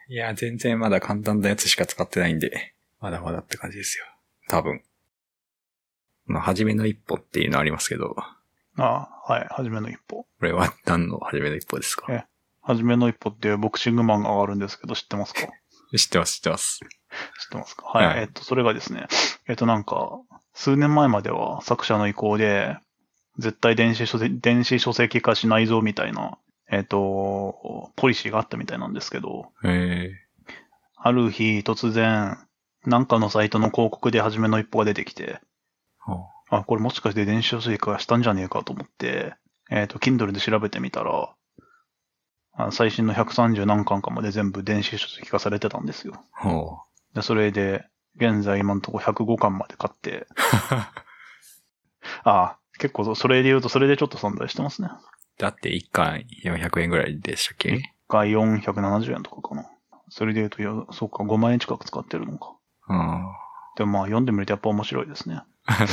A: いや、全然まだ簡単なやつしか使ってないんで、まだまだって感じですよ。多分。まあ、初めの一歩っていうのありますけど。
B: ああ、はい。初めの一歩。
A: これは何の初めの一歩ですか？
B: 初めの一歩っていうボクシング漫画があるんですけど、知ってますか？
A: 知ってます、知ってます。
B: 知ってますか？はい。
A: はい
B: それがですね、なんか、数年前までは作者の意向で、絶対電子書籍化しないぞみたいな、ポリシーがあったみたいなんですけど、ある日突然、なんかのサイトの広告で初めの一歩が出てきて、あ、これもしかして電子書籍化したんじゃねえかと思って、Kindle で調べてみたら、最新の130何巻かまで全部電子書籍化されてたんですよ。でそれで、現在今のところ105巻まで買って、結構それで言うとそれでちょっと存在してますね。
A: だって1巻400円ぐらいでしたっけ？
B: 1回470円とかかな。それで言うと、そうか、5万円近く使ってるのか。でもまあ読んでみるとやっぱ面白いですね。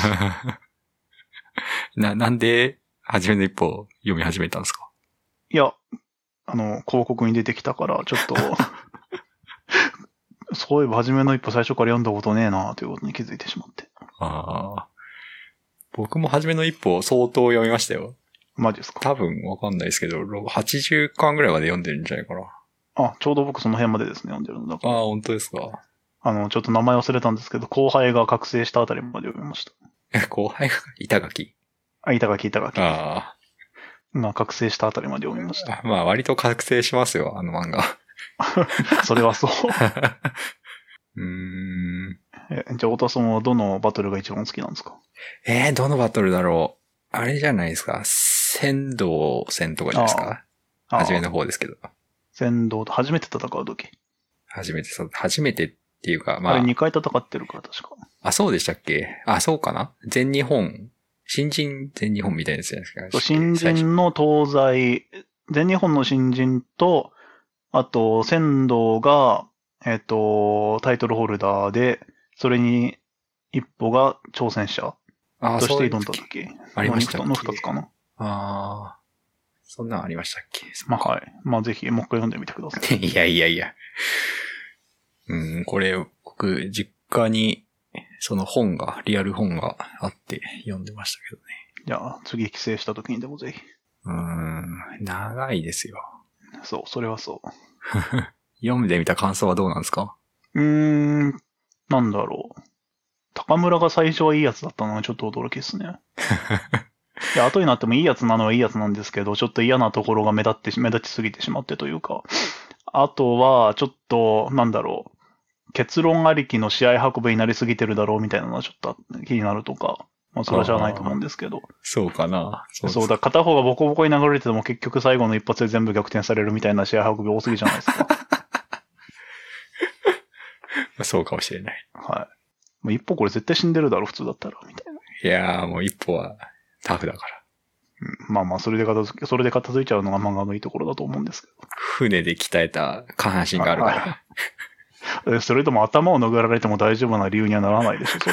A: なんで、初めの一歩を読み始めたんですか？
B: いや、広告に出てきたから、ちょっと、そういえば初めの一歩最初から読んだことねえなということに気づいてしまって。
A: 僕も初めの一歩相当読みましたよ。
B: マジですか？
A: 多分わかんないですけど、80巻ぐらいまで読んでるんじゃないかな。
B: ちょうど僕その辺までですね、読んでるのだから。
A: 本当ですか？
B: ちょっと名前忘れたんですけど、後輩が覚醒したあたりまで読みました。
A: 後輩が板垣？
B: 板垣。覚醒したあたりまで読みました。
A: まあ割と覚醒しますよ、あの漫画。
B: それはそう。じゃあ、太田さんはどのバトルが一番好きなんですか？
A: どのバトルだろう。あれじゃないですか。仙道戦とかじゃないですか。初めの方ですけど。
B: 仙道と初めて戦う時。
A: 初めてっていうか、まあ。
B: あれ2回戦ってるから確か。
A: そうでしたっけ？そうかな？全日本、新人全日本みたいなやつじゃないですか。
B: 新人の東西、全日本の新人と、あと、仙道が、タイトルホルダーで、それに一歩が挑戦者として挑んだ時
A: ありましたっけ？
B: の二つかな。
A: そんなんありましたっけ？
B: はい。ぜひ、もう一回読んでみてください。
A: いや。これ、僕、実家に、そのリアル本があって読んでましたけどね。
B: じゃあ、次帰省した時にでもぜひ。
A: 長いですよ。
B: そう、それはそう。
A: 読んでみた感想はどうなんですか？
B: なんだろう。高村が最初はいいやつだったのはちょっと驚きですね。いや、後になってもいいやつなのはいいやつなんですけど、ちょっと嫌なところが目立ちすぎてしまってというか、あとは、ちょっと、結論ありきの試合運びになりすぎてるだろうみたいなのはちょっと気になるとか、それはしゃあないと思うんですけど。
A: そうかな。
B: そうだ、片方がボコボコに流れてても結局最後の一発で全部逆転されるみたいな試合運び多すぎじゃないですか。
A: そうかもしれない。
B: はい。もう一歩これ絶対死んでるだろ、普通だったら、みたいな。
A: いやー、もう一歩はタフだから。
B: それで片付いちゃうのが漫画のいいところだと思うんですけど。
A: 船で鍛えた下半身があるから。
B: それとも頭を殴られても大丈夫な理由にはならないでしょ、それ。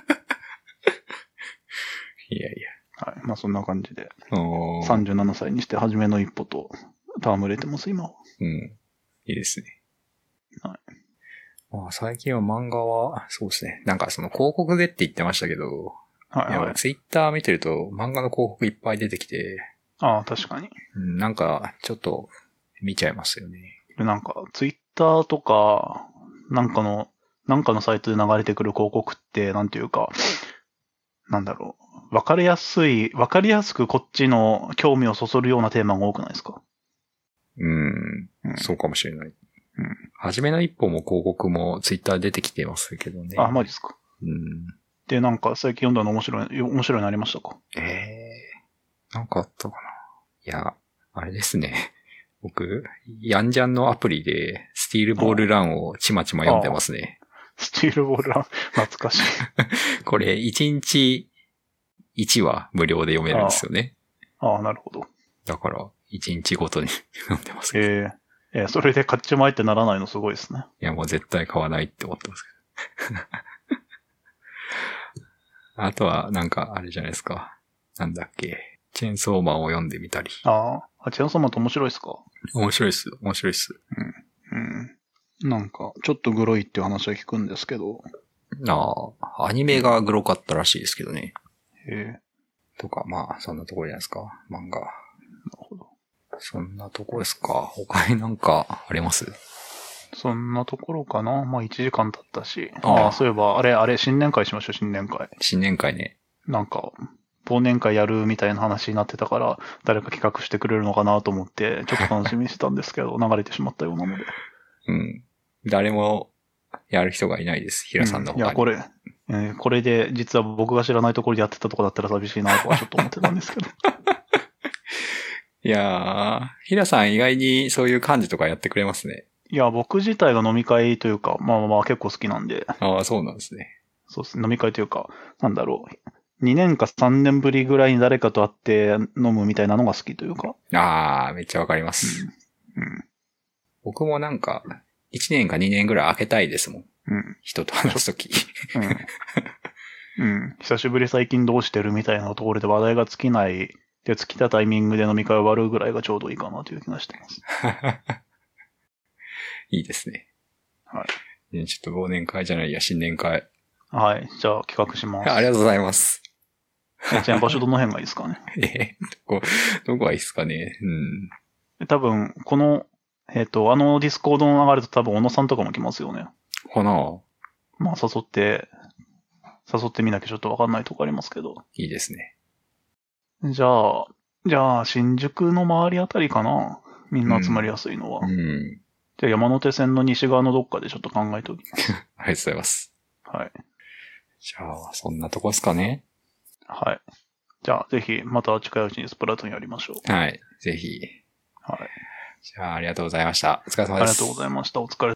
A: いや。
B: はい。そんな感じで。37歳にして初めの一歩と戯れてます、今は。
A: いいですね。
B: はい。
A: 最近は漫画は、そうですね。その広告でって言ってましたけど、ツイッター見てると漫画の広告いっぱい出てきて。
B: 確かに。
A: ちょっと見ちゃいますよね。
B: ツイッターとか、なんかのサイトで流れてくる広告って、なんていうか、わかりやすくこっちの興味をそそるようなテーマが多くないですか？
A: そうかもしれない。初めの一歩も広告もツイッター出てきてますけどね。
B: マジですか。で、最近読んだの面白いのありましたか？
A: なんかあったかな。いや、あれですね。僕、ヤンジャンのアプリで、スティールボールランをちまちま読んでますね。
B: スティールボールラン、懐かしい。
A: これ、1日1話無料で読めるんですよね。
B: なるほど。
A: だから、1日ごとに読んでます
B: それで買っちまえってならないのすごいですね。
A: いや、もう絶対買わないって思ってますけど。あとは、あれじゃないですか。なんだっけ。チェーンソーマンを読んでみたり。
B: チェーンソーマンって面白いですか？
A: 面白いっす。
B: なんか、ちょっとグロいっていう話は聞くんですけど。
A: アニメがグロかったらしいですけどね。
B: へえ。
A: とか、まあ、そんなところじゃないですか。漫画。
B: なるほど。
A: そんなとこですか。他になんかあります？
B: そんなところかな。まあ1時間経ったし。
A: ああ、
B: そういえば、あれ、新年会しましょう、新年会。
A: 新年会ね。
B: なんか、忘年会やるみたいな話になってたから、誰か企画してくれるのかなと思って、ちょっと楽しみにしてたんですけど、流れてしまったようなので。
A: うん。誰もやる人がいないです。平さんの他に。
B: いや、これで、実は僕が知らないところでやってたとこだったら寂しいなとはちょっと思ってたんですけど。
A: いやー、平さん意外にそういう幹事とかやってくれますね。
B: いや、僕自体が飲み会というか、まあまあ結構好きなんで。
A: ああ、そうなんですね。
B: そうですね、飲み会というか、なんだろう。2年か3年ぶりぐらいに誰かと会って飲むみたいなのが好きというか。
A: ああ、めっちゃわかります。
B: うん。
A: 僕もなんか、1年か2年ぐらい空けたいですもん。
B: うん。
A: 人と話すとき。
B: うん。久しぶり最近どうしてるみたいなところで話題が尽きない、で、尽きたタイミングで飲み会を終わるぐらいがちょうどいいかなという気がしてます。
A: いいですね。
B: はい。
A: ちょっと忘年会じゃないや、新年会。
B: はい。じゃあ企画します。
A: ありがとうございます。
B: ちなみに場所どの辺がいいですかね。
A: どこがいいですかね。うん。
B: 多分、この、ディスコードの流れと多分、小野さんとかも来ますよね。
A: かな。
B: まあ、誘ってみなきゃちょっとわかんないとこありますけど。
A: いいですね。
B: じゃあ、新宿の周りあたりかな。みんな集まりやすいのは。じゃあ、山手線の西側のどっかでちょっと考えておきます。
A: ありがとうございます。
B: はい。
A: じゃあ、そんなとこですかね。
B: はい。じゃあ、ぜひ、また近いうちにスプラトゥーンやりましょう。
A: はい。ぜひ。
B: はい。
A: じゃあ、ありがとうございました。お疲れ様です。
B: ありがとうございました。お疲れ